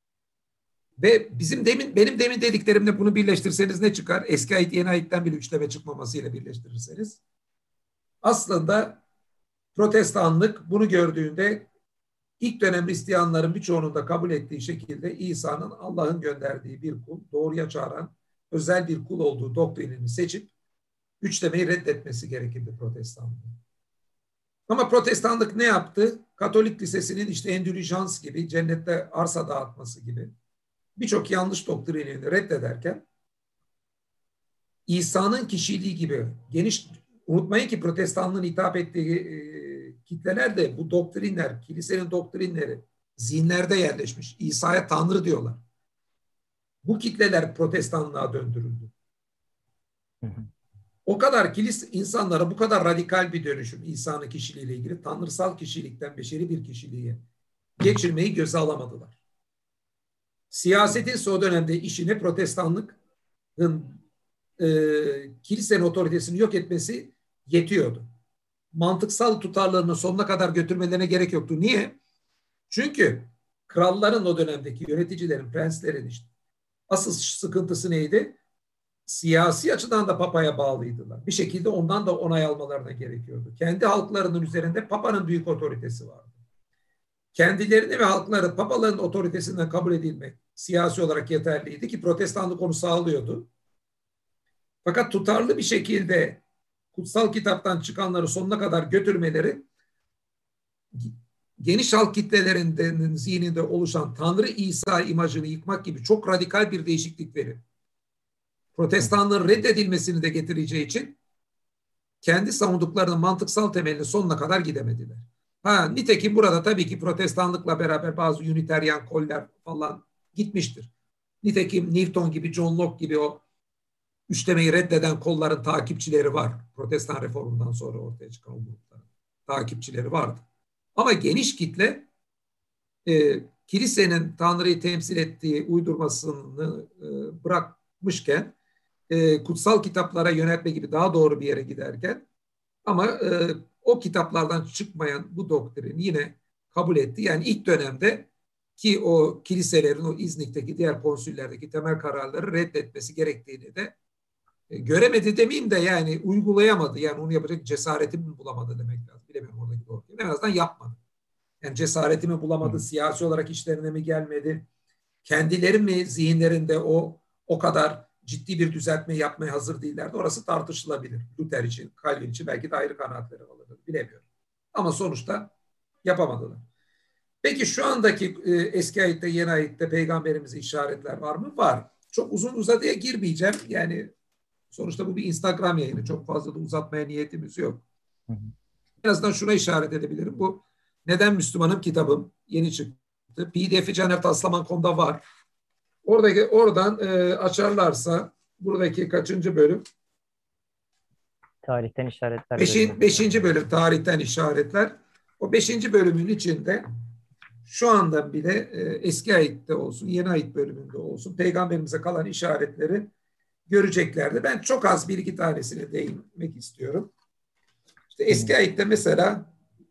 Ve benim demin dediklerimle bunu birleştirseniz ne çıkar? Eski ayet yeni ayetten bile üçleme çıkmamasıyla birleştirirseniz. Aslında Protestanlık bunu gördüğünde ilk dönem Hristiyanların birçoğunun da kabul ettiği şekilde İsa'nın Allah'ın gönderdiği bir kul, doğruya çağıran özel bir kul olduğu doktrinini seçip üçlemeyi reddetmesi gerekirdi Protestanlığın. Ama Protestanlık ne yaptı? Katolik Lisesi'nin işte endülijans gibi, cennette arsa dağıtması gibi birçok yanlış doktrinini reddederken İsa'nın kişiliği gibi geniş, unutmayın ki Protestanlığın hitap ettiği kitleler de bu doktrinler, kilisenin doktrinleri zihinlerde yerleşmiş. İsa'ya Tanrı diyorlar. Bu kitleler Protestanlığa döndürüldü. O kadar insanlara bu kadar radikal bir dönüşüm İsa'nın kişiliğiyle ilgili tanrısal kişilikten beşeri bir kişiliğe geçirmeyi göze alamadılar. Siyasetin o dönemde işine Protestanlık'ın kilisenin otoritesini yok etmesi yetiyordu. Mantıksal tutarlılığını sonuna kadar götürmelerine gerek yoktu. Niye? Çünkü kralların o dönemdeki yöneticilerin, prenslerin işte asıl sıkıntısı neydi? Siyasi açıdan da papaya bağlıydılar. Bir şekilde ondan da onay almalarına gerekiyordu. Kendi halklarının üzerinde papanın büyük otoritesi vardı. Kendilerini ve halkları papalığın otoritesinden kabul edilmek siyasi olarak yeterliydi ki Protestanlık onu sağlıyordu. Fakat tutarlı bir şekilde kutsal kitaptan çıkanları sonuna kadar götürmeleri geniş halk kitlelerinin zihninde oluşan Tanrı İsa imajını yıkmak gibi çok radikal bir değişiklik verir. Protestanlığın reddedilmesini de getireceği için kendi savunduklarının mantıksal temeline sonuna kadar gidemediler. Nitekim burada tabii ki Protestanlıkla beraber bazı Unitarian koller falan gitmiştir. Nitekim Newton gibi, John Locke gibi o üçlemeyi reddeden kolların takipçileri var. Protestan reformundan sonra ortaya çıkan grupların takipçileri vardı. Ama geniş kitle kilisenin Tanrı'yı temsil ettiği uydurmasını bırakmışken kutsal kitaplara yöneltme gibi daha doğru bir yere giderken ama o kitaplardan çıkmayan bu doktrini yine kabul etti. Yani ilk dönemde ki o kiliselerin o İznik'teki diğer konsüllerdeki temel kararları reddetmesi gerektiğini de göremedi demeyeyim de yani uygulayamadı. Yani onu yapacak cesaretimi bulamadı demek lazım. Bilemiyorum oradaki doğru. En azından yapmadı. Yani cesaretimi bulamadı, siyasi olarak işlerine mi gelmedi? Kendileri mi zihinlerinde o kadar ciddi bir düzeltme yapmaya hazır değillerdi? Orası tartışılabilir. Luther için, Calvin için belki de ayrı kanaatleri olabilir. Bilemiyorum. Ama sonuçta yapamadılar. Peki şu andaki eski ayette, yeni ayette peygamberimize işaretler var mı? Var. Çok uzun uzadıya girmeyeceğim. Yani sonuçta bu bir Instagram yayını. Çok fazla da uzatmaya niyetimiz yok. En azından şuna işaret edebilirim. Bu Neden Müslümanım kitabım yeni çıktı. PDF'i canertaslaman.com'da var. Oradan açarlarsa buradaki kaçıncı bölüm? Tarihten işaretler bölümü. Beşinci bölüm tarihten işaretler. O 5. bölümün içinde şu anda bile eski ayette olsun, yeni ayet bölümünde olsun peygamberimize kalan işaretleri göreceklerdi. Ben çok az bir iki tanesine değinmek istiyorum. İşte eski ayette mesela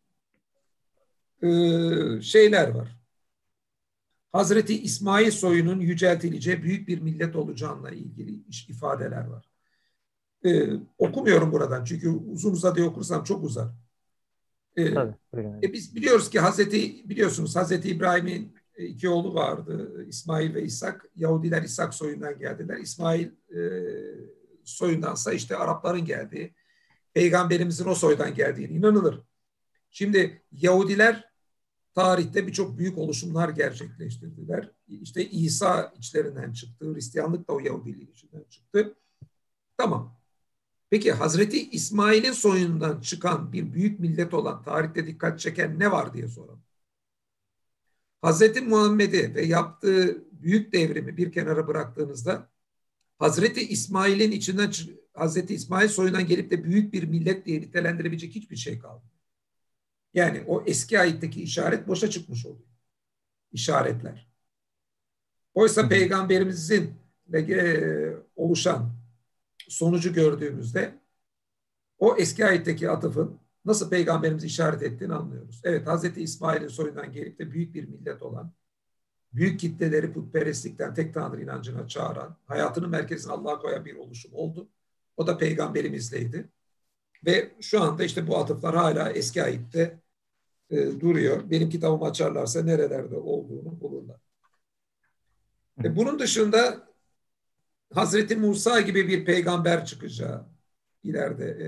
şeyler var. Hazreti İsmail soyunun yüceltileceği büyük bir millet olacağına ilgili ifadeler var. Okumuyorum buradan çünkü uzun uzadıya okursam çok uzar. Tabii, Biz biliyoruz ki biliyorsunuz Hazreti İbrahim'in 2 oğlu vardı. İsmail ve İshak. Yahudiler İshak soyundan geldiler. İsmail soyundansa işte Arapların geldiği, Peygamberimizin o soydan geldiğine inanılır. Şimdi Yahudiler tarihte birçok büyük oluşumlar gerçekleştirdiler. İşte İsa içlerinden çıktı. Hristiyanlık da o Yahudiliğin içinden çıktı. Tamam. Peki Hazreti İsmail'in soyundan çıkan bir büyük millet olan tarihte dikkat çeken ne var diye soralım. Hazreti Muhammed'i ve yaptığı büyük devrimi bir kenara bıraktığınızda Hazreti İsmail'in içinden Hazreti İsmail soyundan gelip de büyük bir millet diye nitelendirebilecek hiçbir şey kalmıyor. Yani o eski ayetteki işaret boşa çıkmış oluyor. İşaretler. Oysa peygamberimizin oluşan sonucu gördüğümüzde o eski ayetteki atıfın nasıl peygamberimizi işaret ettiğini anlıyoruz. Evet, Hazreti İsmail'in soyundan gelip de büyük bir millet olan, büyük kitleleri putperestlikten tek tanrı inancına çağıran, hayatının merkezine Allah'a koyan bir oluşum oldu. O da peygamberimizleydi. Ve şu anda işte bu atıflar hala eski ayette duruyor. Benim kitabımı açarlarsa nerelerde olduğunu bulurlar. Bunun dışında Hazreti Musa gibi bir peygamber çıkacağı ileride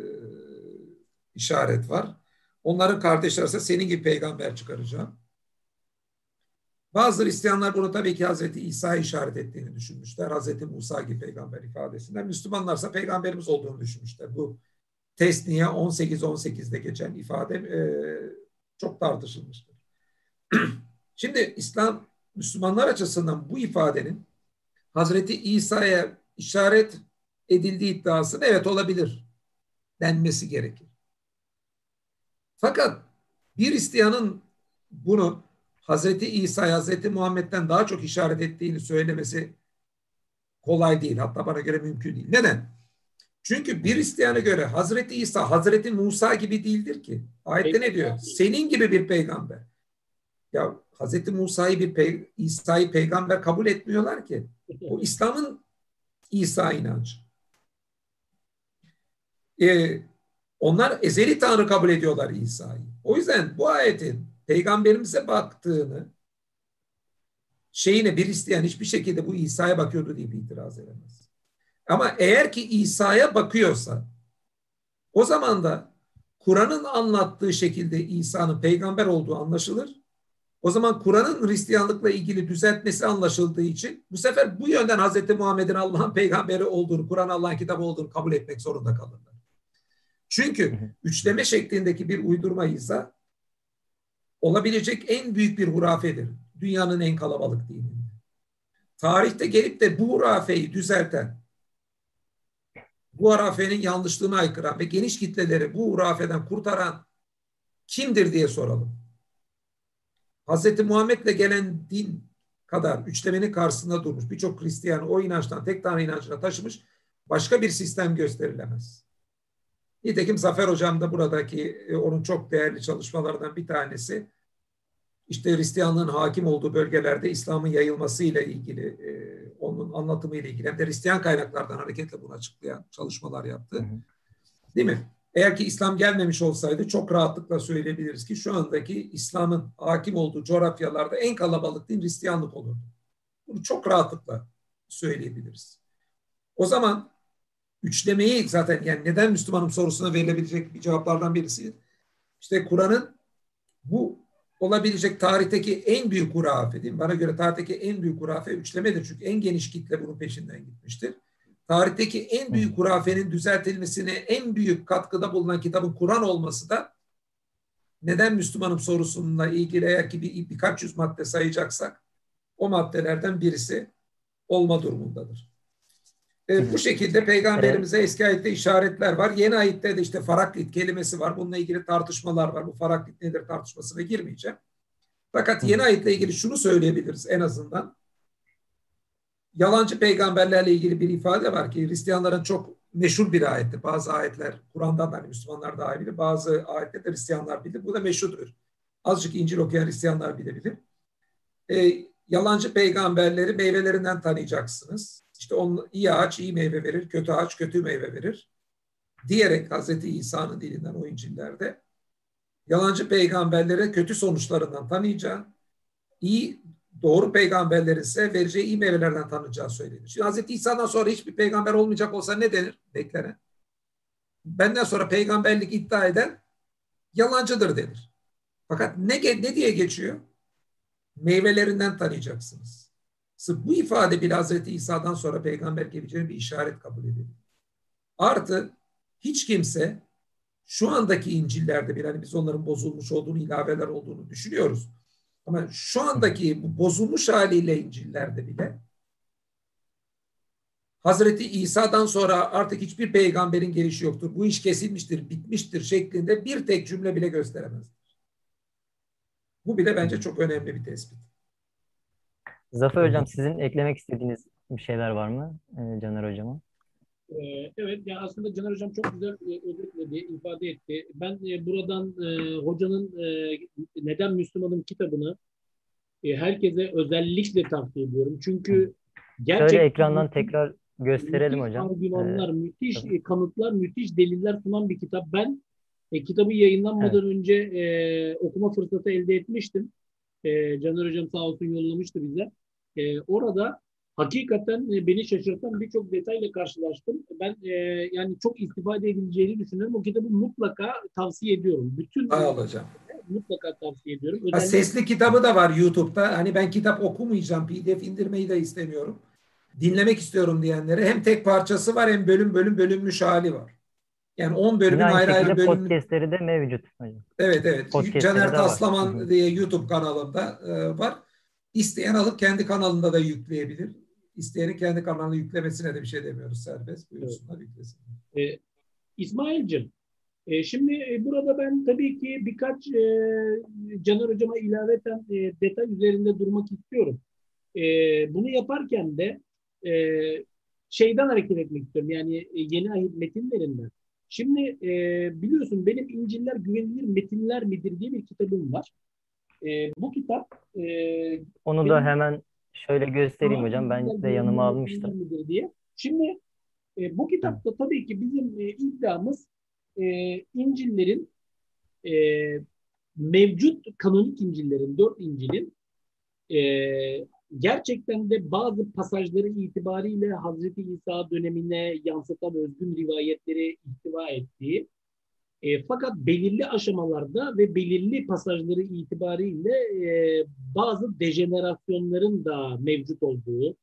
işaret var. Onların kardeşleri ise senin gibi peygamber çıkaracağım. Bazı Hristiyanlar bunu tabii ki Hazreti İsa'yı işaret ettiğini düşünmüşler. Hazreti Musa gibi peygamber ifadesinden. Müslümanlarsa peygamberimiz olduğunu düşünmüşler. Bu Tesniye 18-18'de geçen ifade çok tartışılmıştır. Şimdi Müslümanlar açısından bu ifadenin Hazreti İsa'ya işaret edildiği iddiasının evet olabilir denmesi gerekir. Fakat bir Hristiyanın bunu Hazreti İsa'ya Hazreti Muhammed'den daha çok işaret ettiğini söylemesi kolay değil. Hatta bana göre mümkün değil. Neden? Çünkü bir Hristiyana göre Hazreti İsa Hazreti Musa gibi değildir ki. Ayette ne diyor? Senin gibi bir peygamber. Ya Hazreti İsa'yı peygamber kabul etmiyorlar ki. O İslam'ın İsa inancı. Onlar ezeli Tanrı kabul ediyorlar İsa'yı. O yüzden bu ayetin peygamberimize baktığını bir Hristiyan hiçbir şekilde bu İsa'ya bakıyordu diye bir itiraz edemez. Ama eğer ki İsa'ya bakıyorsa o zaman da Kur'an'ın anlattığı şekilde İsa'nın peygamber olduğu anlaşılır. O zaman Kur'an'ın Hristiyanlıkla ilgili düzeltmesi anlaşıldığı için bu sefer bu yönden Hazreti Muhammed'in Allah'ın peygamberi olduğunu, Kur'an Allah'ın kitabı olduğunu kabul etmek zorunda kalırlar. Çünkü üçleme şeklindeki bir uydurma İsa olabilecek en büyük bir hurafedir. Dünyanın en kalabalık dininde. Tarihte gelip de bu hurafeyi düzelten, bu hurafenin yanlışlığına aykıran ve geniş kitleleri bu hurafeden kurtaran kimdir diye soralım. Hazreti Muhammed'le gelen din kadar üçlemenin karşısında durmuş birçok Hristiyan o inançtan tek tanrı inancına taşımış başka bir sistem gösterilemez. Nitekim Zafer Hocam da buradaki onun çok değerli çalışmalarından bir tanesi işte Hristiyanlığın hakim olduğu bölgelerde İslam'ın yayılmasıyla ilgili onun anlatımıyla ilgili hem de Hristiyan kaynaklardan hareketle bunu açıklayan çalışmalar yaptı. Değil mi? Eğer ki İslam gelmemiş olsaydı çok rahatlıkla söyleyebiliriz ki şu andaki İslam'ın hakim olduğu coğrafyalarda en kalabalık din Hristiyanlık olurdu. Bunu çok rahatlıkla söyleyebiliriz. O zaman üçlemeyi zaten yani neden Müslümanım sorusuna verilebilecek bir cevaplardan birisi işte Kur'an'ın bu olabilecek tarihteki en büyük hurafe değil mi? Bana göre tarihteki en büyük hurafe üçlemedir. Çünkü en geniş kitle bunun peşinden gitmiştir. Tarihteki en büyük hurafenin düzeltilmesine en büyük katkıda bulunan kitabın Kur'an olması da neden Müslümanım sorusununla ilgili eğer ki birkaç yüz madde sayacaksak o maddelerden birisi olma durumundadır. Bu şekilde peygamberimize eski ayette işaretler var. Yeni ayette de işte faraklit kelimesi var. Bununla ilgili tartışmalar var. Bu faraklit nedir tartışmasına girmeyeceğim. Fakat yeni ayetle ilgili şunu söyleyebiliriz en azından. Yalancı peygamberlerle ilgili bir ifade var ki Hristiyanların çok meşhur bir ayeti. Bazı ayetler Kur'an'dan da hani Müslümanlar daha iyi bilir. Bazı ayetler de Hristiyanlar bilir. Bu da meşhurdur. Azıcık İncil okuyan Hristiyanlar bilebilir. Yalancı peygamberleri meyvelerinden tanıyacaksınız. İşte iyi ağaç iyi meyve verir, kötü ağaç kötü meyve verir. Diyerek Hazreti İsa'nın dilinden o İncil'lerde yalancı peygamberlere kötü sonuçlarından tanıyacağı, iyi doğru peygamberlerin ise vereceği iyi meyvelerden tanınacağı söylenir. Şimdi Hazreti İsa'dan sonra hiçbir peygamber olmayacak olsa ne denir? Beklenen. Benden sonra peygamberlik iddia eden yalancıdır denir. Fakat ne diye geçiyor? Meyvelerinden tanıyacaksınız. Sırf bu ifade bile Hazreti İsa'dan sonra peygamber geleceğine bir işaret kabul edilir. Artı hiç kimse şu andaki İncil'lerde bile hani biz onların bozulmuş olduğunu, ilaveler olduğunu düşünüyoruz. Ama şu andaki bu bozulmuş haliyle İncil'lerde bile Hazreti İsa'dan sonra artık hiçbir peygamberin gelişi yoktur. Bu iş kesilmiştir, bitmiştir şeklinde bir tek cümle bile gösteremezler. Bu bile bence çok önemli bir tespit. Zafer Hocam, sizin eklemek istediğiniz bir şeyler var mı Caner Hocam'a? Evet, ya aslında Caner Hocam çok güzel özetledi, ifade etti. Ben buradan hocanın Neden Müslümanım kitabını herkese özellikle tavsiye ediyorum. Çünkü Şöyle gerçekten ekrandan tekrar gösterelim müthiş hocam. argümanlar, müthiş Tabii. kanıtlar, müthiş deliller sunan bir kitap. Ben kitabı yayınlanmadan önce okuma fırsatı elde etmiştim. Caner Hocam sağ olsun yollamıştı bize. Orada hakikaten beni şaşırtan birçok detayla karşılaştım. Ben yani çok istifade edileceğini düşünüyorum. O kitabı mutlaka tavsiye ediyorum. Bütün Sağ ol hocam. mutlaka tavsiye ediyorum. Sesli kitabı da var YouTube'da. Hani ben kitap okumayacağım, PDF indirmeyi de istemiyorum. Dinlemek istiyorum diyenlere hem tek parçası var hem bölüm bölüm bölünmüş hali var. Yani 10 bölümün Yine aynı ayrı ayrı şekilde bölümü. podcastleri de mevcut hocam. Evet. Podcastleri Caner de var. Taslaman diye YouTube kanalımda var. İsteyen alıp kendi kanalında da yükleyebilir. İsteyenin kendi kanalına yüklemesine de bir şey demiyoruz. Serbest buyursunlar yüklesinler. İsmail'cim, şimdi burada ben tabii ki birkaç Caner Hocam'a ilaveten detay üzerinde durmak istiyorum. Bunu yaparken de şeyden hareket etmek istiyorum. Yani yeni ahit metinlerinden. Şimdi biliyorsun benim İncil'ler güvenilir metinler midir diye bir kitabım var. Bu kitap Onu da hemen şöyle göstereyim hocam. Ben de yanıma almıştım. midir diye. Şimdi bu Evet. kitapta tabii ki bizim iddiamız İncil'lerin e, mevcut kanonik İncil'lerin, 4 İncil'in gerçekten de bazı pasajları itibariyle Hazreti İsa dönemine yansıtan özgün rivayetleri ihtiva ettiği, fakat belirli aşamalarda ve belirli pasajları itibariyle bazı dejenerasyonların da mevcut olduğu,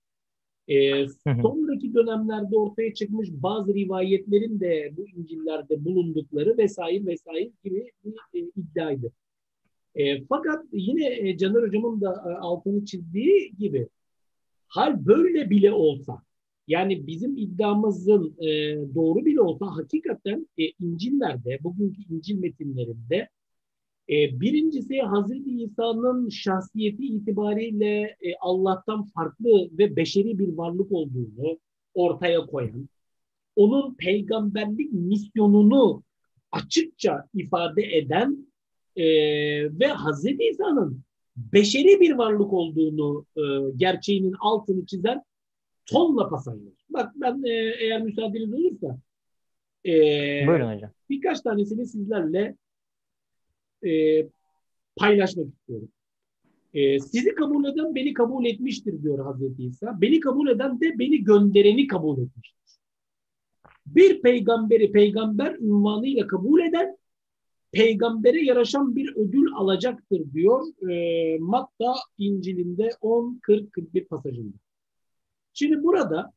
sonraki dönemlerde ortaya çıkmış bazı rivayetlerin de bu İncil'lerde bulundukları vesaire vesaire gibi bir iddiaydı. Fakat yine Caner Hocam'ın da altını çizdiği gibi hal böyle bile olsa, yani bizim iddiamızın doğru bile olsa hakikaten İncil'lerde, bugünkü İncil metinlerinde birincisi Hazreti İsa'nın şahsiyeti itibariyle Allah'tan farklı ve beşeri bir varlık olduğunu ortaya koyan, onun peygamberlik misyonunu açıkça ifade eden ve Hazreti İsa'nın beşeri bir varlık olduğunu gerçeğinin altını çizen tonla pasajlar. Bak ben eğer müsaadeniz olursa Buyurun hocam. birkaç tanesini sizlerle paylaşmak istiyorum. Sizi kabul eden beni kabul etmiştir diyor Hazreti İsa. Beni kabul eden de beni göndereni kabul etmiştir. Bir peygamberi peygamber unvanıyla kabul eden peygambere yaraşan bir ödül alacaktır diyor Matta İncil'inde 10-40-41 pasajında. Şimdi burada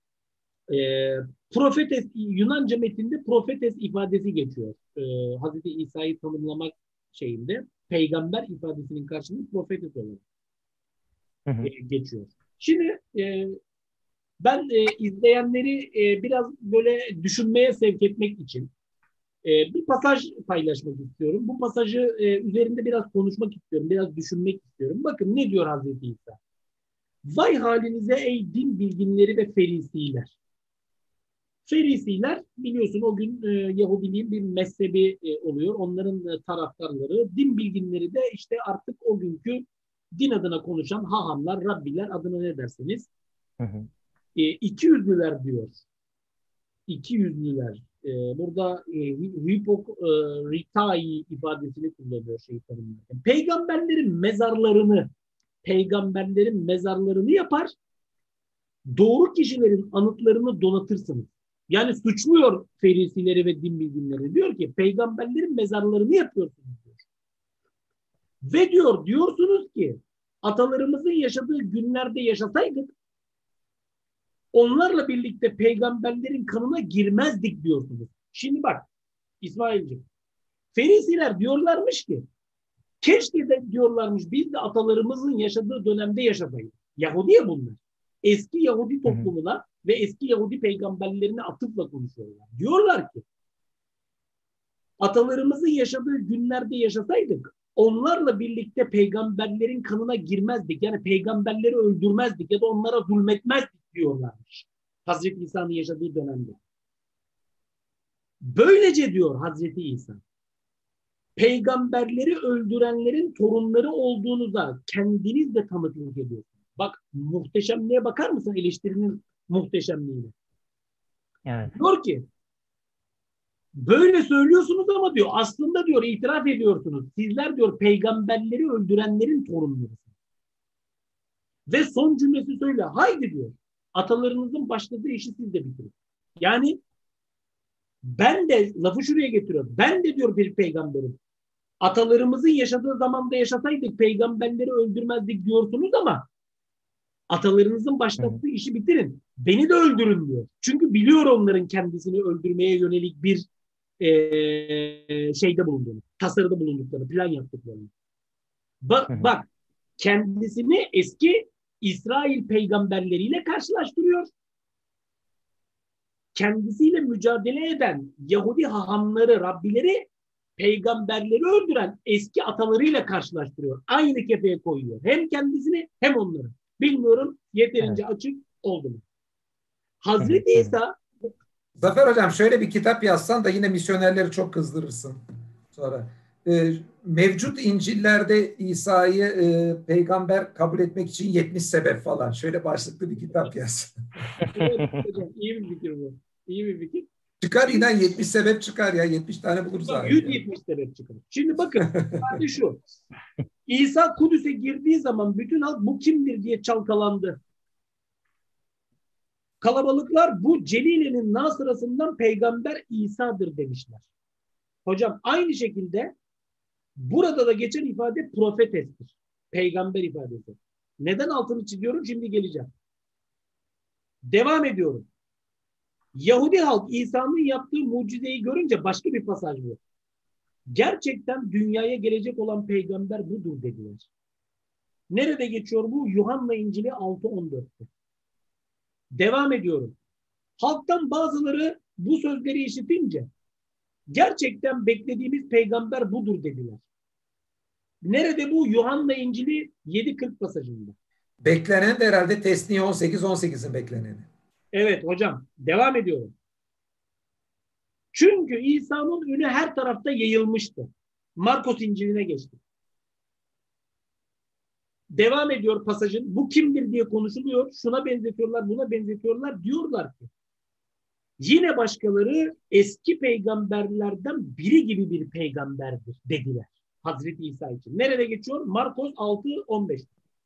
profetes, Yunanca metinde profetes ifadesi geçiyor. Hazreti İsa'yı tanımlamak şeyinde peygamber ifadesinin karşılığı profetes olarak geçiyor. Şimdi Ben izleyenleri biraz böyle düşünmeye sevk etmek için bir pasaj paylaşmak istiyorum. Bu pasajı üzerinde biraz konuşmak istiyorum, biraz düşünmek istiyorum. Bakın ne diyor Hazreti İsa? Vay halinize ey din bilginleri ve ferisiler. Ferisiler biliyorsun o gün Yahudiliğin bir mezhebi oluyor. Onların taraftarları. Din bilginleri de işte artık o günkü din adına konuşan hahamlar, Rabbiler adına ne derseniz. Hı hı. İki yüzlüler diyor. İki yüzlüler. Burada hipokritai ifadesini kullanıyor şeytanın. Peygamberlerin mezarlarını yapar, doğru kişilerin anıtlarını donatırsınız. Yani suçluyor ferisileri ve din bilginleri. Diyor ki peygamberlerin mezarlarını yapıyorsunuz diyor. Ve diyorsunuz ki atalarımızın yaşadığı günlerde yaşasaydık onlarla birlikte peygamberlerin kanına girmezdik diyorsunuz. Şimdi bak İsmail'ciğim, ferisiler diyorlarmış ki keşke de diyorlarmış biz de atalarımızın yaşadığı dönemde yaşasaydık. Yahudi ya bunlar. Eski Yahudi toplumuna ve eski Yahudi peygamberlerine atıfla konuşuyorlar. Diyorlar ki atalarımızın yaşadığı günlerde yaşasaydık onlarla birlikte peygamberlerin kanına girmezdik. Yani peygamberleri öldürmezdik ya da onlara zulmetmezdik diyorlarmış. Hazreti İsa'nın yaşadığı dönemde. Böylece diyor Hazreti İsa, peygamberleri öldürenlerin torunları olduğunuza kendiniz de tanıklık ediyorsunuz. Bak muhteşemliğe bakar mısın eleştirinin muhteşemliğine? Evet. Diyor ki böyle söylüyorsunuz ama diyor aslında diyor itiraf ediyorsunuz. Sizler diyor peygamberleri öldürenlerin torunlarısınız. Ve son cümlesi söyle. Haydi diyor. Atalarınızın başladığı işi siz de bitirin. Yani ben de lafı şuraya getiriyorum. Ben de diyor bir peygamberim. Atalarımızın yaşadığı zamanda yaşasaydık peygamberleri öldürmezdik diyorsunuz ama atalarınızın başlattığı işi bitirin. Beni de öldürün diyor. Çünkü biliyor onların kendisini öldürmeye yönelik bir şeyde bulunduğunu, tasarıda bulunduklarını, plan yaptıklarını. Bak kendisini eski İsrail peygamberleriyle karşılaştırıyor. Kendisiyle mücadele eden Yahudi hahamları, Rabbileri peygamberleri öldüren eski atalarıyla karşılaştırıyor. Aynı kefeye koyuyor. Hem kendisini hem onları. Bilmiyorum yeterince açık oldu mu? Hazreti İsa Zafer Hocam şöyle bir kitap yazsan da yine misyonerleri çok kızdırırsın sonra. Mevcut İncil'lerde İsa'yı peygamber kabul etmek için 70 sebep falan. Şöyle başlıklı bir kitap yaz. Evet, hocam, iyi bir fikir bu. İyi bir fikir. Çıkar inan 70 sebep çıkar ya. 70 tane buluruz abi. 170 sebep çıkar. Şimdi bakın hadi şu. İsa Kudüs'e girdiği zaman bütün halk bu kimdir diye çalkalandı. Kalabalıklar bu Celile'nin Nasırasından peygamber İsa'dır demişler. Hocam aynı şekilde burada da geçen ifade profetestir. Peygamber ifadesi. Neden altını çiziyorum? Şimdi geleceğim. Devam ediyorum. Yahudi halk İsa'nın yaptığı mucizeyi görünce başka bir pasaj bu. Gerçekten dünyaya gelecek olan peygamber budur dediler. Nerede geçiyor bu? Yuhanna İncili 6.14'te. Devam ediyorum. Halktan bazıları bu sözleri işitince gerçekten beklediğimiz peygamber budur dediler. Nerede bu? Yuhanna İncili 7.40 pasajında. Beklenen de herhalde Tesniye 18.18'in bekleneni. Evet hocam. Devam ediyorum. Çünkü İsa'nın ünü her tarafta yayılmıştı. Markos İncil'ine geçti. Devam ediyor pasajın. Bu kimdir diye konuşuluyor. Şuna benzetiyorlar, buna benzetiyorlar. Diyorlar ki yine başkaları eski peygamberlerden biri gibi bir peygamberdir dediler. Hazreti İsa için. Nerede geçiyor? Markos 6.15.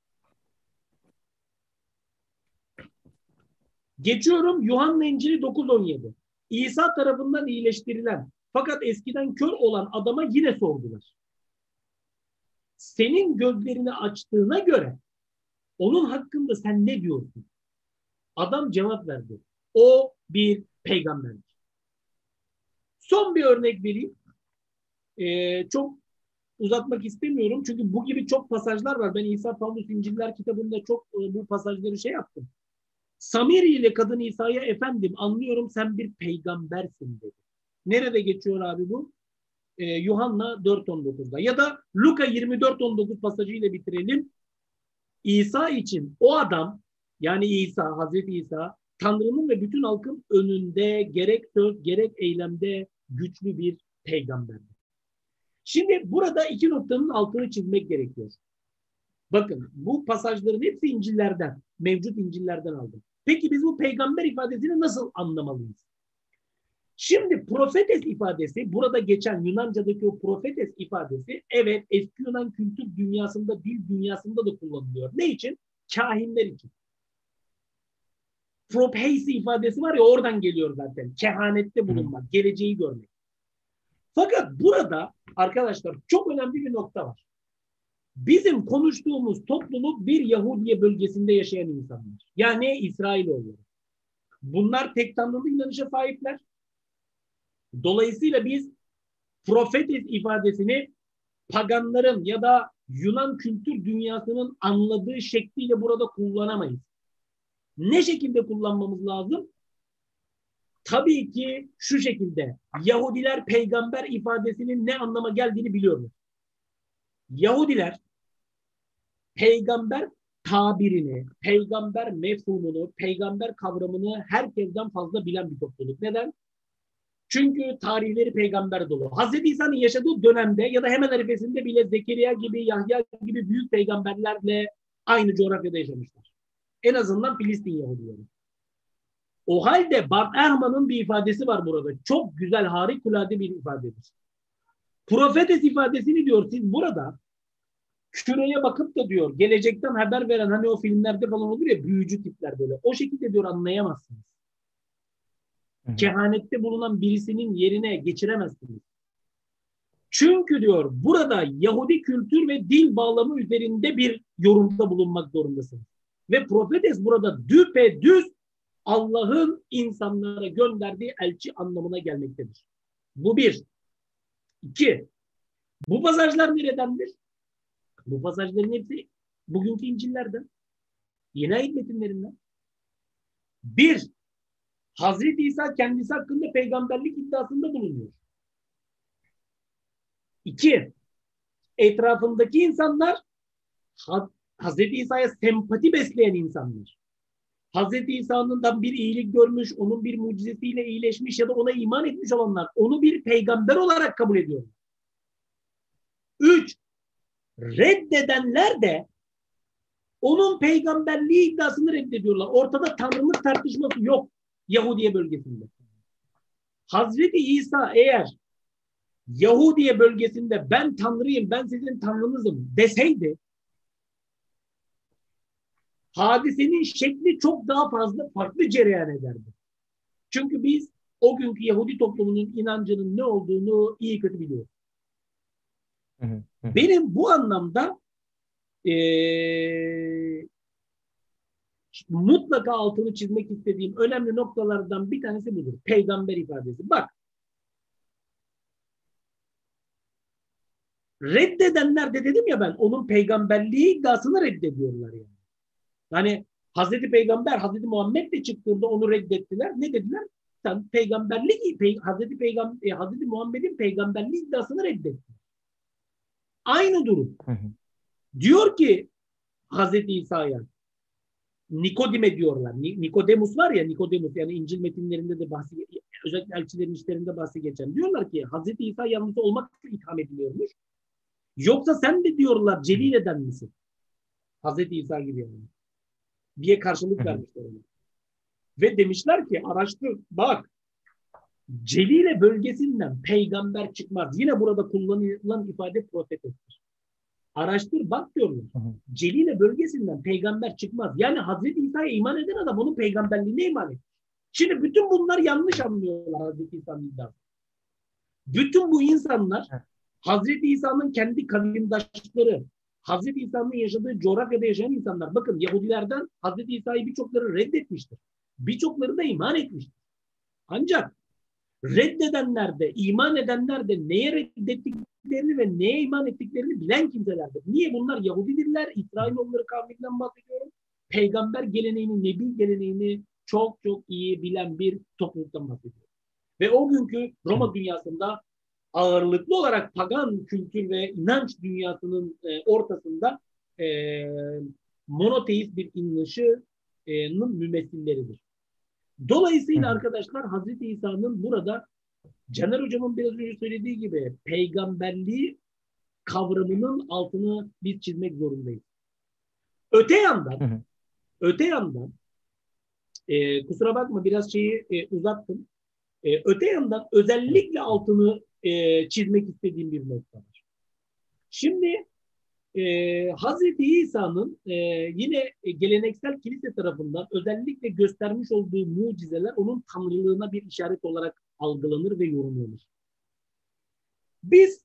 Geçiyorum Yuhanna İncili 9.17. İsa tarafından iyileştirilen fakat eskiden kör olan adama yine sordular. Senin gözlerini açtığına göre onun hakkında sen ne diyorsun? Adam cevap verdi. O bir peygamberdir. Son bir örnek vereyim. Çok uzatmak istemiyorum. Çünkü bu gibi çok pasajlar var. Ben İsa Pavlus İnciller kitabında çok bu pasajları yaptım. Samiri ile kadın İsa'ya efendim anlıyorum sen bir peygambersin dedi. Nerede geçiyor abi bu? Yuhanna 4.19'da. Ya da Luka 24.19 pasajıyla bitirelim. İsa için o adam, yani İsa, Hazreti İsa, Tanrı'nın ve bütün halkın önünde gerek söz gerek eylemde güçlü bir peygamberdir. Şimdi burada iki noktanın altını çizmek gerekiyor. Bakın bu pasajların hepsi İncil'lerden, mevcut İncil'lerden aldım. Peki biz bu peygamber ifadesini nasıl anlamalıyız? Şimdi profetes ifadesi, burada geçen Yunanca'daki o profetes ifadesi, evet eski Yunan kültür dünyasında, dil dünyasında da kullanılıyor. Ne için? Kahinler için. Prophecy ifadesi var ya, oradan geliyor zaten. Kehanette bulunmak, geleceği görmek. Fakat burada arkadaşlar çok önemli bir nokta var. Bizim konuştuğumuz topluluk bir Yahudiye bölgesinde yaşayan insanlar. Yani İsrailoğulları. Bunlar tek tanrılı inanışa sahipler. Dolayısıyla biz profetes ifadesini paganların ya da Yunan kültür dünyasının anladığı şekliyle burada kullanamayız. Ne şekilde kullanmamız lazım? Tabii ki şu şekilde. Yahudiler peygamber ifadesinin ne anlama geldiğini biliyorlar. Yahudiler peygamber tabirini, peygamber mefhumunu, peygamber kavramını herkesten fazla bilen bir topluluk. Neden? Çünkü tarihleri peygamber dolu. Hazreti İsa'nın yaşadığı dönemde ya da hemen arifesinde bile Zekeriya gibi, Yahya gibi büyük peygamberlerle aynı coğrafyada yaşamışlar. En azından Filistin Yahudileri. O halde Bart Ehrman'ın bir ifadesi var burada. Çok güzel, harikulade bir ifadedir. Profetes ifadesini diyor siz burada küreye bakıp da diyor gelecekten haber veren, hani o filmlerde falan olur ya, büyücü tipler böyle. O şekilde diyor anlayamazsınız. Kehanette bulunan birisinin yerine geçiremezsiniz. Çünkü diyor burada Yahudi kültür ve dil bağlamı üzerinde bir yorumda bulunmak zorundasınız. Ve profetes burada düpedüz Allah'ın insanlara gönderdiği elçi anlamına gelmektedir. Bu bir. İki. Bu pasajlar neredendir? Bu pasajların hepsi bugünkü İncil'lerden. Yeni ayet metinlerinden. Bir. Hazreti İsa kendisi hakkında peygamberlik iddiasında bulunuyor. İki. Etrafındaki insanlar Hazreti İsa'ya sempati besleyen insanlar. Hazreti İsa'nın bir iyilik görmüş, onun bir mucizesiyle iyileşmiş ya da ona iman etmiş olanlar onu bir peygamber olarak kabul ediyor. Üç. Reddedenler de onun peygamberliği iddiasını reddediyorlar. Ortada tanrılık tartışması yok Yahudiye bölgesinde. Hazreti İsa eğer Yahudiye bölgesinde ben tanrıyım, ben sizin tanrınızım deseydi hadisenin şekli çok daha fazla farklı cereyan ederdi. Çünkü biz o günkü Yahudi toplumunun inancının ne olduğunu iyi kötü biliyoruz. Benim bu anlamda mutlaka altını çizmek istediğim önemli noktalardan bir tanesi budur. Peygamber ifadesi. Bak, reddedenler de dedim ya ben, onun peygamberliği iddiasını reddediyorlar yani. Yani Hazreti Peygamber, Hazreti Muhammed de çıktığında onu reddettiler. Ne dediler? Sen Hazreti Muhammed'in peygamberliği iddiasını reddettiler. Aynı durum. Diyor ki Hazreti İsa'ya, Nikodim'e diyorlar. Nikodemus var ya, Nikodemus, yani İncil metinlerinde de bahsi, özellikle elçilerin işlerinde bahsi geçen. Diyorlar ki Hazreti İsa yalnız olmakla itham ediliyormuş. Yoksa sen de diyorlar Celile'den misin? Hazreti İsa gibi yani. Diye karşılık vermişler ona. Ve demişler ki araştır, bak, Celile bölgesinden peygamber çıkmaz. Yine burada kullanılan ifade profetestir. Araştır, bak diyorlar. Celile bölgesinden peygamber çıkmaz. Yani Hazreti İsa'ya iman eden adam onun peygamberliğine iman etmiş. Şimdi bütün bunlar yanlış anlıyorlar Hazreti İsa'nın iddiası. Bütün bu insanlar Hazreti İsa'nın kendi kavimdaşları, Hazreti İsa'nın yaşadığı coğrafyada yaşayan insanlar. Bakın Yahudilerden Hazreti İsa'yı birçokları reddetmiştir. Birçokları da iman etmiştir. Ancak reddedenler de, iman edenler de neye reddettiklerini ve neye iman ettiklerini bilen kimselerdir. Niye? Bunlar Yahudidirler, İsrailoğulları kavminden bahsediyorum. peygamber geleneğini, nebi geleneğini çok çok iyi bilen bir topluluktan bahsediyor. Ve o günkü Roma dünyasında ağırlıklı olarak pagan kültür ve inanç dünyasının ortasında monoteist bir inanışının mümessilleridir. Dolayısıyla arkadaşlar Hazreti İsa'nın burada Caner Hocam'ın biraz önce söylediği gibi peygamberliği kavramının altını biz çizmek zorundayız. Öte yandan kusura bakma biraz şeyi uzattım. Öte yandan özellikle altını çizmek istediğim bir nokta var. Şimdi Hazreti İsa'nın yine geleneksel kilise tarafından özellikle göstermiş olduğu mucizeler onun tanrılığına bir işaret olarak algılanır ve yorumlanır. Biz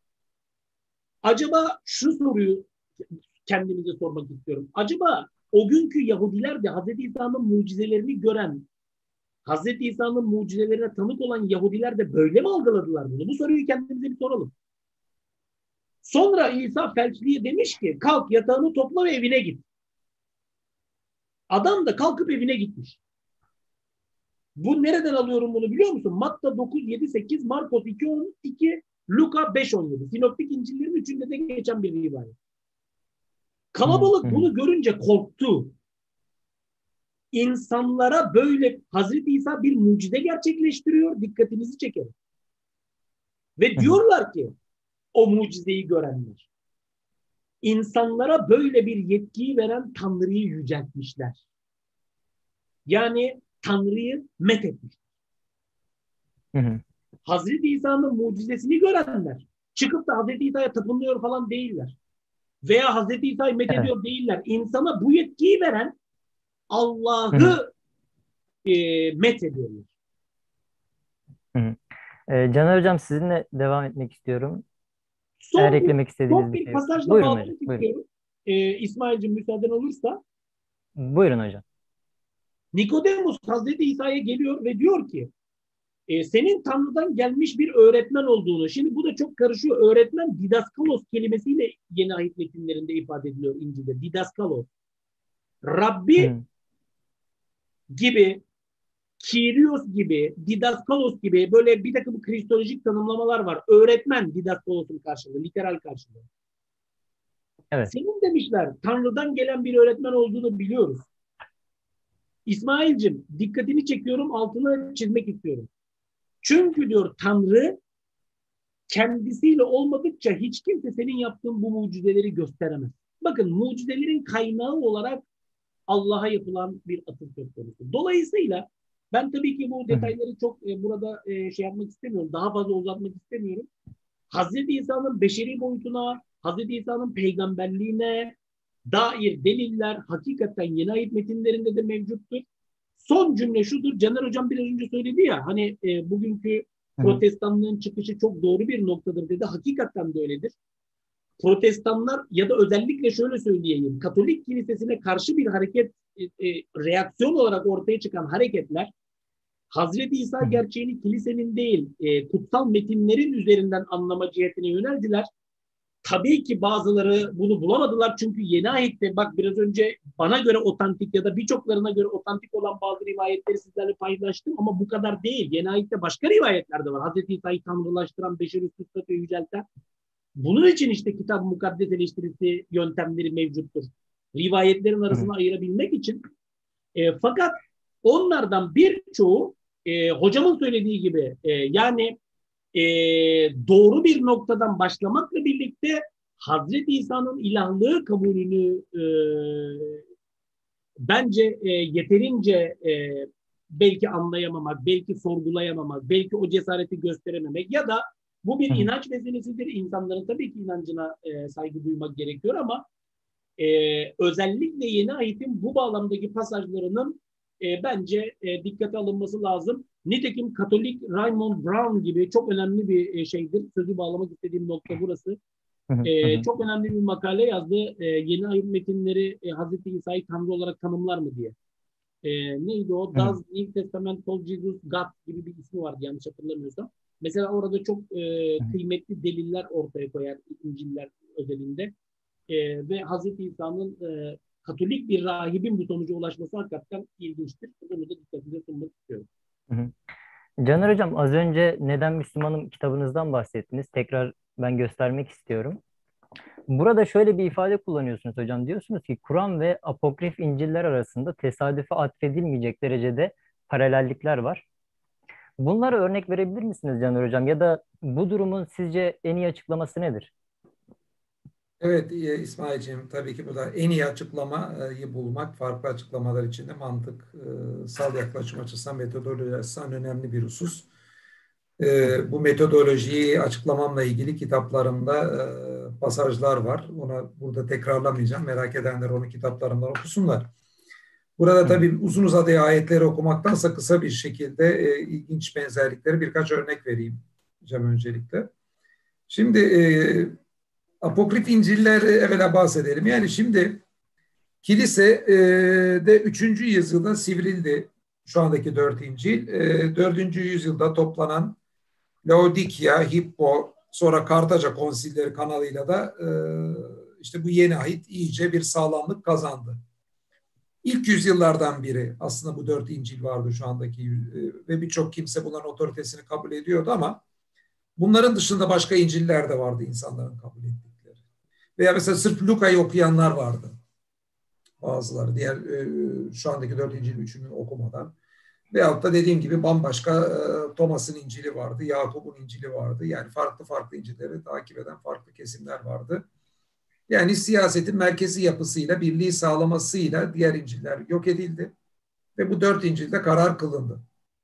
acaba şu soruyu kendimize sormak istiyorum. Acaba o günkü Yahudiler de Hazreti İsa'nın mucizelerini gören, Hazreti İsa'nın mucizelerine tanık olan Yahudiler de böyle mi algıladılar bunu? Bu soruyu kendimize bir soralım. Sonra İsa felçliye demiş ki kalk yatağını topla ve evine git. Adam da kalkıp evine gitmiş. Bu nereden alıyorum bunu biliyor musun? Matta 9, 7, 8, Markos 2, 12, Luka 5, 17. Sinoptik İncil'lerin üçünde de geçen bir rivayet. Kalabalık bunu görünce korktu. İnsanlara böyle Hazreti İsa bir mucize gerçekleştiriyor. Dikkatinizi çekerim. Ve diyorlar ki o mucizeyi görenler. İnsanlara böyle bir yetkiyi veren Tanrı'yı yüceltmişler. Yani Tanrı'yı methetmişler. Hazreti İsa'nın mucizesini görenler çıkıp da Hazreti İsa'ya tapınıyor falan değiller. Veya Hazreti İsa'yı methediyor değiller. İnsana bu yetkiyi veren Allah'ı methediyorlar. Caner Hocam sizinle devam etmek istiyorum. Son eğer eklemek istediğiniz bir bir şey pasajla buyurun bağlamak hocam. istiyorum. İsmail'cim müsaaden olursa. Buyurun hocam. Nikodemus Hazreti İsa'ya geliyor ve diyor ki senin Tanrı'dan gelmiş bir öğretmen olduğunu. Şimdi bu da çok karışıyor. Öğretmen didaskalos kelimesiyle Yeni Ahit metinlerinde ifade ediliyor İncil'de. Didaskalos. Rabbi gibi, Kyrios gibi, didaskalos gibi böyle bir takım kristolojik tanımlamalar var. Öğretmen didaskalos'un karşılığı, literal karşılığı. Evet. Senin demişler Tanrı'dan gelen bir öğretmen olduğunu biliyoruz. İsmail'cim dikkatini çekiyorum, altını çizmek istiyorum. Çünkü diyor Tanrı kendisiyle olmadıkça hiç kimse senin yaptığın bu mucizeleri gösteremez. Bakın mucizelerin kaynağı olarak Allah'a yapılan bir atıf söz konusu. Dolayısıyla ben tabii ki bu detayları çok burada şey yapmak istemiyorum. Daha fazla uzatmak istemiyorum. Hazreti İsa'nın beşeri boyutuna, Hazreti İsa'nın peygamberliğine dair deliller hakikaten Yeni Ahit metinlerinde de mevcuttur. Son cümle şudur. Caner Hocam biraz önce söyledi ya hani bugünkü protestanlığın çıkışı çok doğru bir noktadır dedi. Hakikaten de öyledir. Protestanlar ya da özellikle şöyle söyleyeyim. Katolik kilisesine karşı bir hareket reaksiyon olarak ortaya çıkan hareketler Hazreti İsa gerçeğini kilisenin değil kutsal metinlerin üzerinden anlama cihetine yöneldiler. Tabii ki bazıları bunu bulamadılar çünkü Yeni Ahit'te bak biraz önce bana göre otantik ya da birçoklarına göre otantik olan bazı rivayetleri sizlerle paylaştım ama bu kadar değil. Yeni Ahit'te başka rivayetler de var. Hazreti İsa'yı tanrılaştıran, beşeri üstü yücelten. Bunun için işte Kitab-ı Mukaddes eleştirisi yöntemleri mevcuttur. Rivayetlerin arasını ayırabilmek için. Fakat onlardan birçoğu hocamın söylediği gibi yani doğru bir noktadan başlamakla birlikte Hazreti İsa'nın ilahlığı kabulünü bence yeterince belki anlayamamak, belki sorgulayamamak, belki o cesareti gösterememek ya da bu bir inanç meselesidir. İnsanların tabii ki inancına saygı duymak gerekiyor ama özellikle Yeni Ahit'in bu bağlamdaki pasajlarının bence dikkate alınması lazım. Nitekim Katolik Raymond Brown gibi çok önemli bir şeydir. Sözü bağlamak istediğim nokta burası. Çok önemli bir makale yazdı. Yeni Ahit metinleri Hazreti İsa'yı Tanrı olarak tanımlar mı diye. Neydi o? Does New Testament call Jesus God gibi bir ismi vardı yanlış hatırlamıyorsam. Mesela orada çok kıymetli deliller ortaya koyar İncil'ler özelinde. Ve Hazreti İsa'nın Katolik bir rahibin bu sonuca ulaşması hakikaten ilginçtir. Bunu da dikkatinize sunmak istiyorum. Hı hı. Caner Hocam, az önce Neden Müslümanım kitabınızdan bahsettiniz. Tekrar ben göstermek istiyorum. Burada şöyle bir ifade kullanıyorsunuz hocam. Diyorsunuz ki Kur'an ve apokrif İncil'ler arasında tesadüfe atfedilmeyecek derecede paralellikler var. Bunlara örnek verebilir misiniz Caner Hocam? Ya da bu durumun sizce en iyi açıklaması nedir? Evet İsmail'ciğim, tabii ki bu da en iyi açıklamayı bulmak, farklı açıklamalar içinde mantıksal yaklaşım açısından, metodoloji açısından önemli bir husus. Bu metodolojiyi açıklamamla ilgili kitaplarımda pasajlar var. Ona burada tekrarlamayacağım. Merak edenler onu kitaplarımdan okusunlar. Burada tabii uzun uzadıya ayetleri okumaktansa kısa bir şekilde ilginç benzerlikleri birkaç örnek vereyim öncelikle. Şimdi apokrif İncil'ler evvela bahsedelim. Yani şimdi kilise de 3. yüzyılda sivrildi. Şu andaki 4 İncil. 4. yüzyılda toplanan Laodikya, Hippo, sonra Kartaca konsilleri kanalıyla da işte bu yeni ahit iyice bir sağlamlık kazandı. İlk yüzyıllardan biri aslında bu 4 İncil vardı şu andaki ve birçok kimse bunların otoritesini kabul ediyordu ama bunların dışında başka İncil'ler de vardı insanların kabul ettikleri. Veya mesela sırf Luka'yı okuyanlar vardı. Bazıları diğer şu andaki 4 İncil 3'ünü okumadan. Veyahut da dediğim gibi bambaşka Thomas'ın İncil'i vardı, Yakup'un İncil'i vardı. Yani farklı farklı İncil'leri takip eden farklı kesimler vardı. Yani siyasetin merkezi yapısıyla, birliği sağlamasıyla diğer İncil'ler yok edildi. Ve bu 4 İncil'de karar kılındı.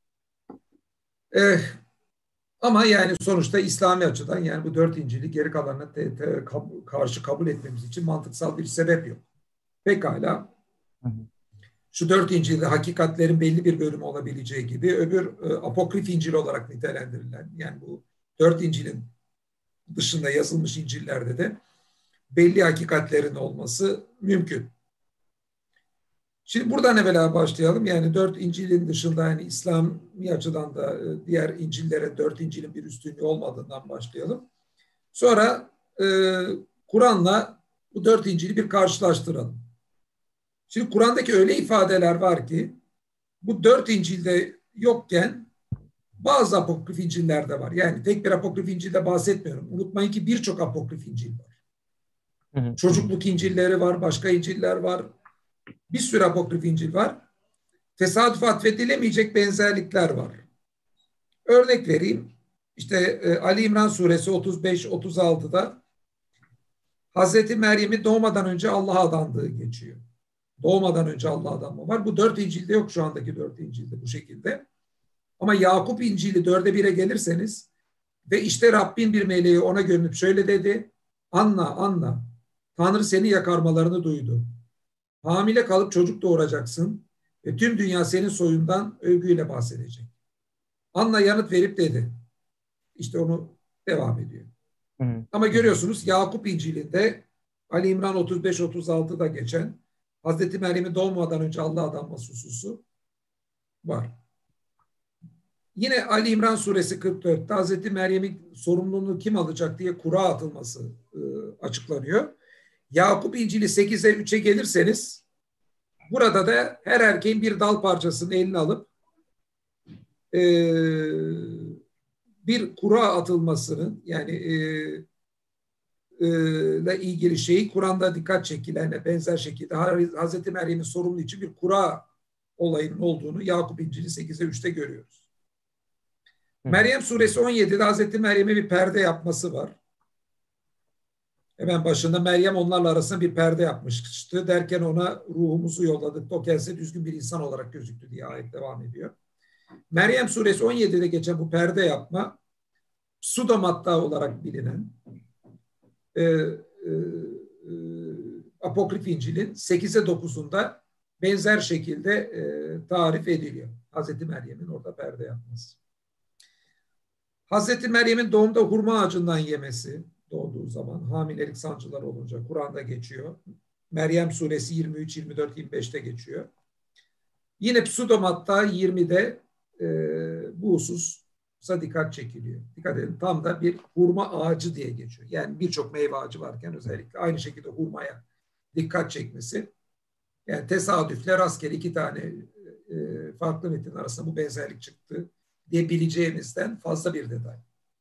Ama yani sonuçta İslami açıdan yani bu 4 İncil'i geri kalanına karşı kabul etmemiz için mantıksal bir sebep yok. Pekala. Şu 4 İncil'de hakikatlerin belli bir bölümü olabileceği gibi öbür apokrif İncil olarak nitelendirilen, yani bu 4 İncil'in dışında yazılmış İncil'lerde de belli hakikatlerin olması mümkün. Şimdi buradan evvela başlayalım. Yani 4 İncil'in dışında yani İslami açıdan da diğer İncil'lere 4 İncil'in bir üstünlüğü olmadığından başlayalım. Sonra Kur'an'la bu 4 İncil'i bir karşılaştıralım. Şimdi Kur'an'daki öyle ifadeler var ki bu 4 İncil'de yokken bazı apokrif İncil'lerde var. Yani tek bir apokrif İncil'de bahsetmiyorum. Unutmayın ki birçok apokrif İncil var. Çocukluk İncil'leri var, başka İncil'ler var. Bir sürü apokrif İncil var. Tesadüf atfedilemeyecek benzerlikler var. Örnek vereyim. İşte Ali İmran suresi 35-36'da Hazreti Meryem'i doğmadan önce Allah'a adandığı geçiyor. Doğmadan önce Allah'a adanma var. Bu 4 İncil'de yok, şu andaki 4 İncil'de bu şekilde. Ama Yakup İncil'i 4'e 1'e gelirseniz ve işte Rabbin bir meleği ona görünüp şöyle dedi. Anla, anla. Tanrı seni yakarmalarını duydu. Hamile kalıp çocuk doğuracaksın ve tüm dünya senin soyundan övgüyle bahsedecek. Anna yanıt verip dedi. İşte onu devam ediyor. Ama görüyorsunuz Yakup İncil'inde Ali İmran 35-36'da geçen Hazreti Meryem'i doğmadan önce Allah'a adanması hususu var. Yine Ali İmran suresi 44'te Hazreti Meryem'in sorumluluğunu kim alacak diye kura atılması açıklanıyor. Yakup İncil'i 8'e 3'e gelirseniz burada da her erkeğin bir dal parçasını eline alıp bir kura atılmasının yani ile ilgili şeyi Kur'an'da dikkat çekilen benzer şekilde Hazreti Meryem'in sorumlu için bir kura olayının olduğunu Yakup İncil'i 8'e 3'te görüyoruz. Meryem suresi 17'de Hazreti Meryem'e bir perde yapması var. Hemen başında Meryem onlarla arasında bir perde yapmıştı derken ona ruhumuzu yolladık. O kendisi düzgün bir insan olarak gözüktü diye ayet devam ediyor. Meryem suresi 17'de geçen bu perde yapma Sodom hatta olarak bilinen Apokrif İncil'in 8'e 9'unda benzer şekilde tarif ediliyor. Hazreti Meryem'in orada perde yapması. Hazreti Meryem'in doğumda hurma ağacından yemesi, doğduğu zaman hamilelik sancıları olunca Kur'an'da geçiyor. Meryem suresi 23, 24, 25'te geçiyor. Yine Psudomat'ta 20'de bu hususa dikkat çekiliyor. Dikkat edin, tam da bir hurma ağacı diye geçiyor. Yani birçok meyve ağacı varken özellikle aynı şekilde hurmaya dikkat çekmesi Yani tesadüfle rastgele iki tane farklı metin arasında bu benzerlik çıktı diyebileceğimizden fazla bir detay.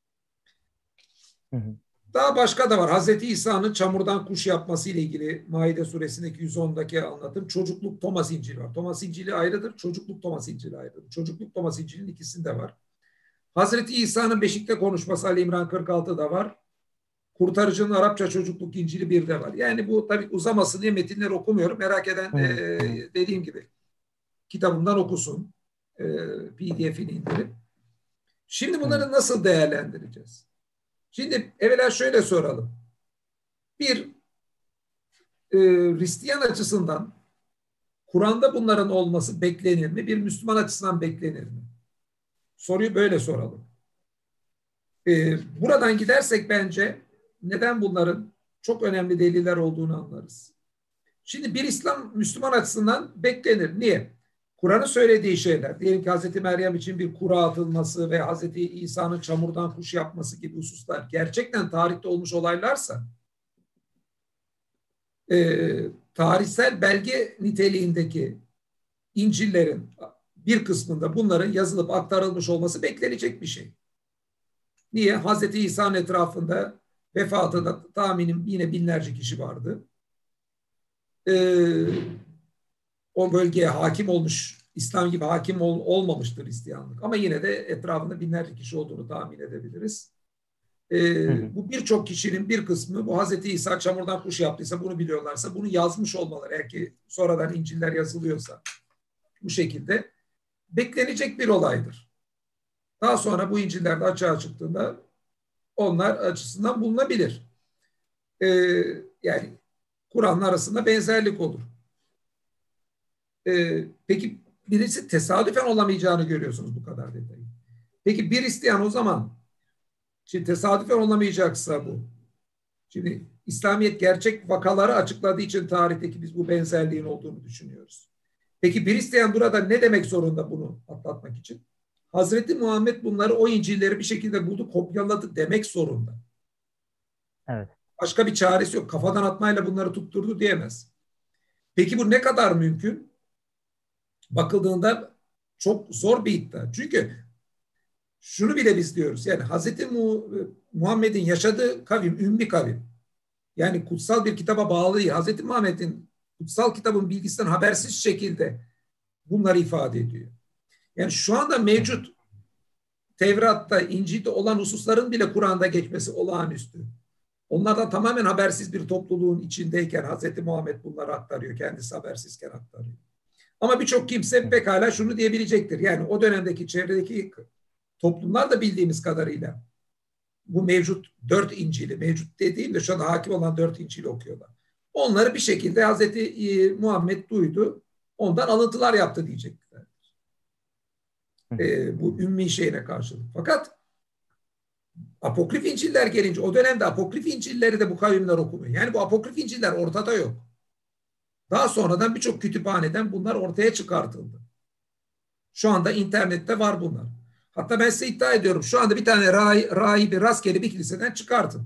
Hı hı. Daha başka da var. Hazreti İsa'nın çamurdan kuş yapması ile ilgili Maide suresindeki 110'daki anlatım. Çocukluk Thomas İncili var. Thomas İncili ayrıdır. Çocukluk Thomas İncili ayrıdır. Çocukluk Thomas İncili'nin ikisinde var. Hazreti İsa'nın beşikte konuşması Ali İmran 46'da var. Kurtarıcının Arapça çocukluk İncili 1'de var. Yani bu tabii uzamasın diye metinleri okumuyorum. Merak eden dediğim gibi kitabımdan okusun. PDF'ini indirip. Şimdi bunları nasıl değerlendireceğiz? Şimdi evvela şöyle soralım. Bir, Hristiyan açısından Kur'an'da bunların olması beklenir mi? Bir Müslüman açısından beklenir mi? Soruyu böyle soralım. Buradan gidersek bence neden bunların çok önemli deliller olduğunu anlarız. Şimdi bir Müslüman açısından beklenir. Niye? Kur'an'ın söylediği şeyler, diyelim ki Hazreti Meryem için bir kura atılması ve Hazreti İsa'nın çamurdan kuş yapması gibi hususlar gerçekten tarihte olmuş olaylarsa tarihsel belge niteliğindeki İncil'lerin bir kısmında bunların yazılıp aktarılmış olması beklenecek bir şey. Niye? Hazreti İsa'nın etrafında vefatında tahminim yine binlerce kişi vardı. O bölgeye hakim olmuş, İslam gibi hakim olmamıştır Hristiyanlık. Ama yine de etrafında binlerce kişi olduğunu tahmin edebiliriz. Bu birçok kişinin bir kısmı bu Hazreti İsa çamurdan kuş yaptıysa bunu biliyorlarsa bunu yazmış olmaları, eğer ki sonradan İncil'ler yazılıyorsa bu şekilde beklenecek bir olaydır. Daha sonra bu İncil'lerde açığa çıktığında onlar açısından bulunabilir. Yani Kur'an'la arasında benzerlik olur. Peki birisi tesadüfen olamayacağını görüyorsunuz bu kadar detayı. Peki bir Hristiyan o zaman şimdi tesadüfen olamayacaksa bu. Şimdi İslamiyet gerçek vakaları açıkladığı için tarihteki biz bu benzerliğin olduğunu düşünüyoruz. Peki bir Hristiyan burada ne demek zorunda bunu atlatmak için? Hazreti Muhammed bunları o İncil'leri bir şekilde buldu, kopyaladı demek zorunda. Evet. Başka bir çaresi yok. Kafadan atmayla bunları tutturdu diyemez. Peki bu ne kadar mümkün? Bakıldığında çok zor bir iddia. Çünkü şunu bile biz diyoruz. Yani Hazreti Muhammed'in yaşadığı kavim, ümmi kavim. Yani kutsal bir kitaba bağlı değil. Hazreti Muhammed'in kutsal kitabın bilgisinden habersiz şekilde bunları ifade ediyor. Yani şu anda mevcut Tevrat'ta, İncil'de olan hususların bile Kur'an'da geçmesi olağanüstü. Onlardan tamamen habersiz bir topluluğun içindeyken Hazreti Muhammed bunları aktarıyor. Kendisi habersizken aktarıyor. Ama birçok kimse pekala şunu diyebilecektir. Yani o dönemdeki çevredeki toplumlar da bildiğimiz kadarıyla bu mevcut 4 İncil'i, mevcut dediğimde şu anda hakim olan 4 İncil'i okuyorlar. Onları bir şekilde Hazreti Muhammed duydu, ondan alıntılar yaptı diyecekler. Bu ümmi şeyine karşılık. Fakat apokrif İncil'ler gelince o dönemde apokrif İncil'leri de bu kavimler okumuyor. Yani bu apokrif İncil'ler ortada yok. Daha sonradan birçok kütüphaneden bunlar ortaya çıkartıldı. Şu anda internette var bunlar. Hatta ben size iddia ediyorum şu anda bir tane rahibi rastgele bir kiliseden çıkartın.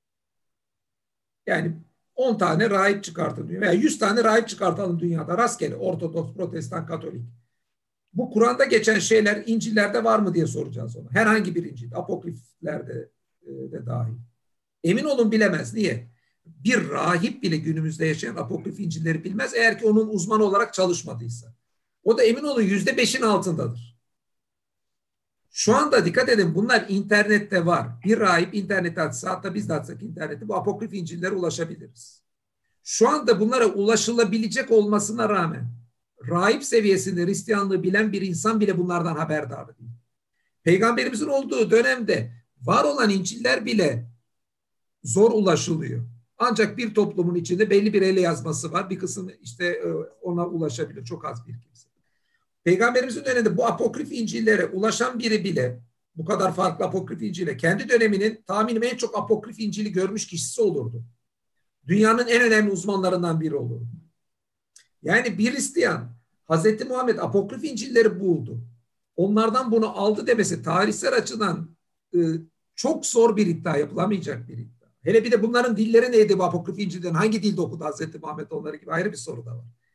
Yani 10 tane rahip çıkartın diyor. Veya 100 tane rahip çıkartalım dünyada rastgele. Ortodoks, Protestan, Katolik. Bu Kur'an'da geçen şeyler İncil'lerde var mı diye soracağız ona. Herhangi bir İncil. Apokriflerde de dahil. Emin olun bilemez. Niye? Bir rahip bile günümüzde yaşayan apokrif İncil'leri bilmez eğer ki onun uzmanı olarak çalışmadıysa. O da emin olun %5'in altındadır. Şu anda dikkat edin bunlar internette var. Bir rahip internette atsa hatta biz de atsak internette bu apokrif İncil'lere ulaşabiliriz. Şu anda bunlara ulaşılabilecek olmasına rağmen rahip seviyesinde Hristiyanlığı bilen bir insan bile bunlardan haberdar değil. Peygamberimizin olduğu dönemde var olan İncil'ler bile zor ulaşılıyor. Ancak bir toplumun içinde belli bir ele yazması var. Bir kısım işte ona ulaşabilir. Çok az bir kimse. Peygamberimizin döneminde bu apokrif İncil'lere ulaşan biri bile bu kadar farklı apokrif İncil'e kendi döneminin tahminim en çok apokrif İncil'i görmüş kişisi olurdu. Dünyanın en önemli uzmanlarından biri olurdu. Yani bir Hristiyan Hazreti Muhammed apokrif İncil'leri buldu. Onlardan bunu aldı demesi tarihsel açıdan çok zor bir iddia, yapılamayacak bir iddia. Hele bir de bunların dilleri neydi bu apokrif İncil'den? Hangi dilde okudu Hazreti Muhammed onları gibi ayrı bir soru da var.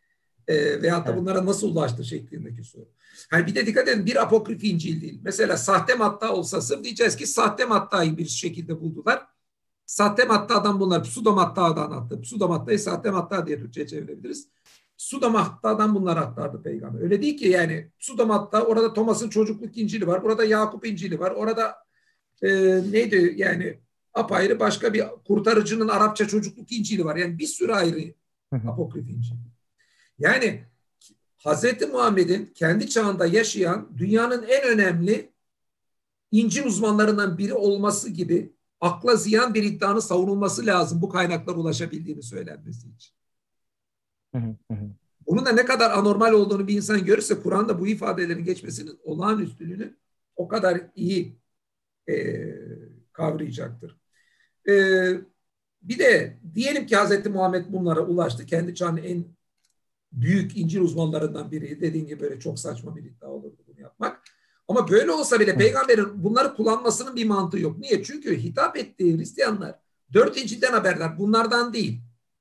Veyahut da Evet. bunlara nasıl ulaştı şeklindeki soru. Hani bir de dikkat edin, bir apokrif İncil değil. Mesela sahte matta olsa sırf diyeceğiz ki sahte mattayı bir şekilde buldular. Sahte mattadan bunlar pseudo mattadan attı. Pseudo mattayı sahte matta diye Türkçe'ye çevirebiliriz. Pseudo mattadan bunlar aktardı peygamber. Öyle değil ki yani pseudo matta, orada Thomas'ın çocukluk İncil'i var. Burada Yakup İncil'i var. Orada e, neydi yani apayrı başka bir kurtarıcının Arapça çocukluk İncil'i var. Yani bir sürü ayrı Hı hı. apokrif İncil. Yani Hazreti Muhammed'in kendi çağında yaşayan dünyanın en önemli İncil uzmanlarından biri olması gibi akla ziyan bir iddianın savunulması lazım bu kaynaklara ulaşabildiğini söylenmesi için. Hı hı. Hı hı. Bunun da ne kadar anormal olduğunu bir insan görürse Kur'an'da bu ifadelerin geçmesinin olağanüstülüğünü o kadar iyi e, kavrayacaktır. E, Bir de diyelim ki Hazreti Muhammed bunlara ulaştı. Kendi çağının en büyük İncil uzmanlarından biri. Dediğim gibi böyle çok saçma bir iddia olurdu bunu yapmak. Ama böyle olsa bile Hı peygamberin bunları kullanmasının bir mantığı yok. Niye? Çünkü hitap ettiği Hristiyanlar 4 İncil'den haberdar. Bunlardan değil.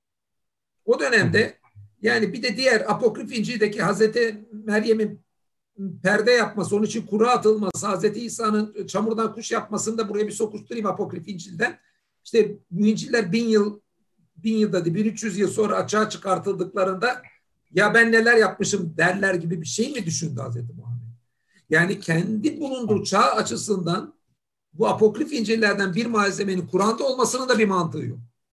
O hı. dönemde yani bir de diğer apokrif İncil'deki Hazreti Meryem'in perde yapması, onun için kura atılması, Hazreti İsa'nın çamurdan kuş yapmasını da buraya bir sokuşturayım apokrif İncil'den. İşte bu İncil'ler 1000 yılda değil, 1300 yıl sonra açığa çıkartıldıklarında ya ben neler yapmışım derler gibi bir şey mi düşündü Hazreti Muhammed? Yani kendi bulunduğu çağ açısından bu apokrif İncil'lerden bir malzemenin Kur'an'da olmasının da bir mantığı yok.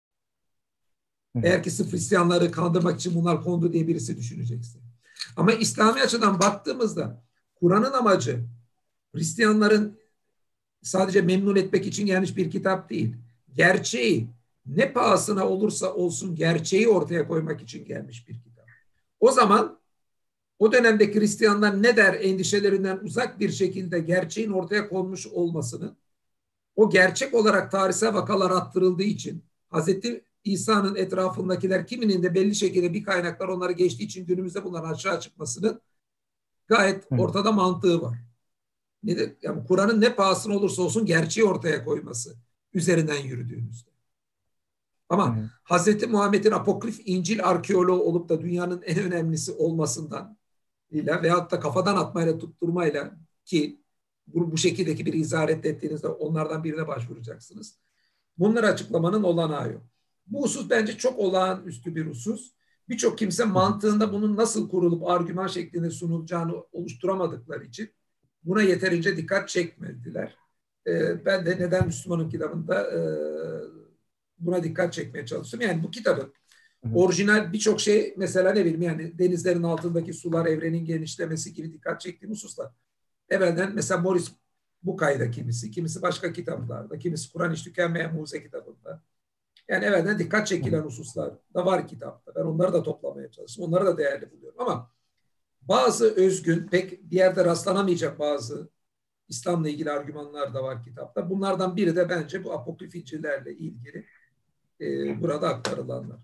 Hı hı. Eğer ki sırf Hristiyanları kandırmak için bunlar kondu diye birisi düşünecekse. Ama İslami açıdan baktığımızda Kur'an'ın amacı Hristiyanların sadece memnun etmek için gelmiş bir kitap değil. Gerçeği ne pahasına olursa olsun gerçeği ortaya koymak için gelmiş bir kitap. O zaman o dönemdeki Hristiyanlar ne der endişelerinden uzak bir şekilde gerçeğin ortaya konmuş olmasını, o gerçek olarak tarihsel vakalar attırıldığı için Hazreti İsa'nın etrafındakiler kiminin de belli şekilde bir kaynaklar onları geçtiği için günümüzde bunların aşağı çıkmasının gayet Hı hı. ortada mantığı var. Yani Kur'an'ın ne pahasına olursa olsun gerçeği ortaya koyması üzerinden yürüdüğümüzde. Hı Ama hı. Hazreti Muhammed'in apokrif İncil arkeoloğu olup da dünyanın en önemlisi olmasından veyahut da kafadan atmayla tutturmayla ki bu şekildeki bir izah ettiğinizde onlardan birine başvuracaksınız. Bunları açıklamanın olanağı yok. Bu husus bence çok olağanüstü bir husus. Birçok kimse Hı hı. mantığında bunun nasıl kurulup argüman şeklinde sunulacağını oluşturamadıkları için buna yeterince dikkat çekmediler. Ben de Neden Müslümanım kitabında buna dikkat çekmeye çalıştım. Yani bu kitabın Hı hı. orijinal birçok şey mesela ne bileyim yani denizlerin altındaki sular, evrenin genişlemesi gibi dikkat çektiğim hususlar. Evvelden mesela Morris Bucay'da kimisi başka kitaplarda, kimisi Kur'an Hiç Tükenmeyen Mucize kitabında. Yani evvelden dikkat Hı hı. çekilen hususlar da var kitapta. Ben onları da toplamaya çalıştım. Onları da değerli buluyorum ama bazı özgün, pek bir yerde rastlanamayacak bazı İslam'la ilgili argümanlar da var kitapta. Bunlardan biri de bence bu apokrif İncil'lerle ilgili burada aktarılanlar.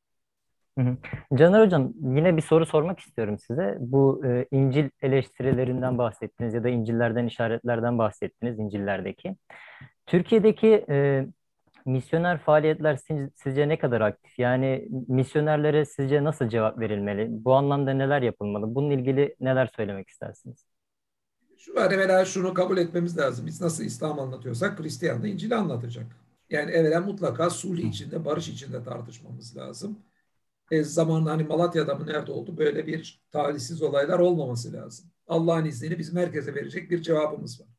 Hı hı. Caner Hocam, yine bir soru sormak istiyorum size. Bu İncil eleştirilerinden bahsettiniz ya da İncil'lerden, işaretlerden bahsettiniz, İncil'lerdeki. Türkiye'deki misyoner faaliyetler sizce ne kadar aktif? Yani misyonerlere sizce nasıl cevap verilmeli? Bu anlamda neler yapılmalı? Bununla ilgili neler söylemek istersiniz? Şu var evvela şunu kabul etmemiz lazım. Biz nasıl İslam anlatıyorsak Hristiyan da İncil'i anlatacak. Yani evvela mutlaka sulh Hı içinde, barış içinde tartışmamız lazım. Zamanında hani Malatya'da mı nerede oldu böyle bir talihsiz olaylar olmaması lazım. Allah'ın izniyle bizim herkese verecek bir cevabımız var.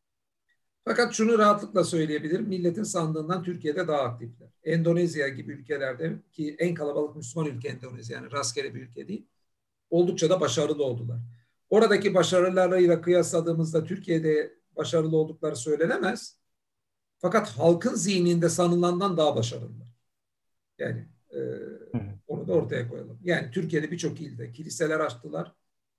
Fakat şunu rahatlıkla söyleyebilirim. Milletin sandığından Türkiye'de daha aktifler. Endonezya gibi ülkelerde ki en kalabalık Müslüman ülke Endonezya yani rastgele bir ülke değil. Oldukça da başarılı oldular. Oradaki başarılarıyla kıyasladığımızda Türkiye'de başarılı oldukları söylenemez. Fakat halkın zihninde sanılandan daha başarılılar. Yani hı. onu da ortaya koyalım. Yani Türkiye'de birçok ilde kiliseler açtılar.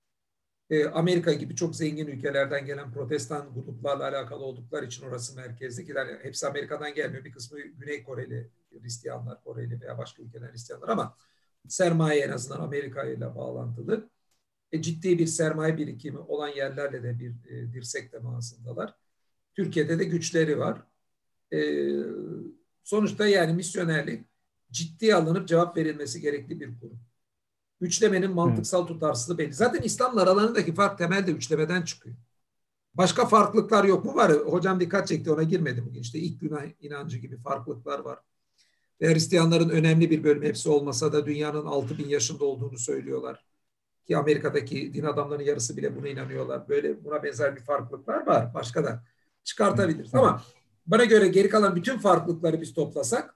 Amerika gibi çok zengin ülkelerden gelen protestan gruplarla alakalı oldukları için orası merkezli. Yani hepsi Amerika'dan gelmiyor. Bir kısmı Güney Koreli Hristiyanlar, Koreli veya başka ülkeler Hristiyanlar ama sermaye en azından Amerika ile bağlantılı. Ciddi bir sermaye birikimi olan yerlerle de bir dirsek temasındalar. Türkiye'de de güçleri var. E, Sonuçta yani misyonerlik ciddiye alınıp cevap verilmesi gerekli bir kurum. Üçlemenin mantıksal tutarsızlığı belli. Zaten İslam'la aralarındaki fark temelde üçlemeden çıkıyor. Başka farklılıklar yok mu? Var. Hocam dikkat çekti, ona girmedim bugün. İşte ilk günah inancı gibi farklılıklar var. Ve Hristiyanların önemli bir bölümü, hepsi olmasa da, dünyanın 6000 yaşında olduğunu söylüyorlar. Ki Amerika'daki din adamlarının yarısı bile buna inanıyorlar. Böyle buna benzer bir farklılıklar var. Başka da çıkartabiliriz. Ama bana göre geri kalan bütün farklılıkları biz toplasak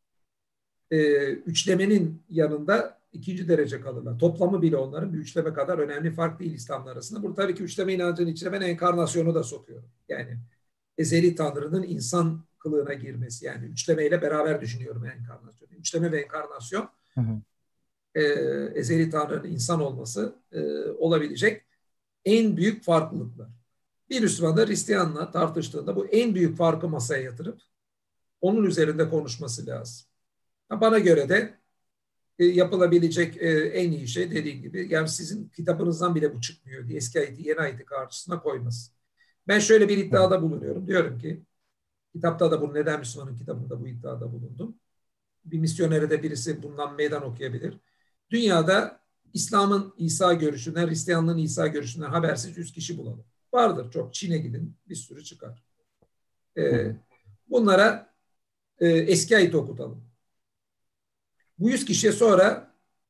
üçlemenin yanında ikinci derece kalırlar. Toplamı bile onların bir üçleme kadar önemli fark değil İslam'la arasında. Burada tabii ki üçleme inancının içine ben enkarnasyonu da sokuyorum. Yani ezeli Tanrı'nın insan kılığına girmesi. Yani üçlemeyle beraber düşünüyorum enkarnasyonu. Üçleme ve enkarnasyon ezeli Tanrı'nın insan olması olabilecek en büyük farklılıklar. Bir Müslüman da Hristiyanla tartıştığında bu en büyük farkı masaya yatırıp onun üzerinde konuşması lazım. Bana göre de yapılabilecek en iyi şey, dediğim gibi, yani sizin kitabınızdan bile bu çıkmıyor diye eski ayeti yeni ayeti karşısına koyması. Ben şöyle bir iddiada bulunuyorum. Diyorum ki, kitapta da bunu, Neden Müslümanın kitabında bu iddiada bulundum. Bir misyonere de birisi bundan meydan okuyabilir. Dünyada İslam'ın İsa görüşünden, Hristiyanlığın İsa görüşünden habersiz 100 kişi bulalım. Vardır çok. Çin'e gidin, bir sürü çıkar. Bunlara eski ayeti okutalım. Bu 100 kişiye sonra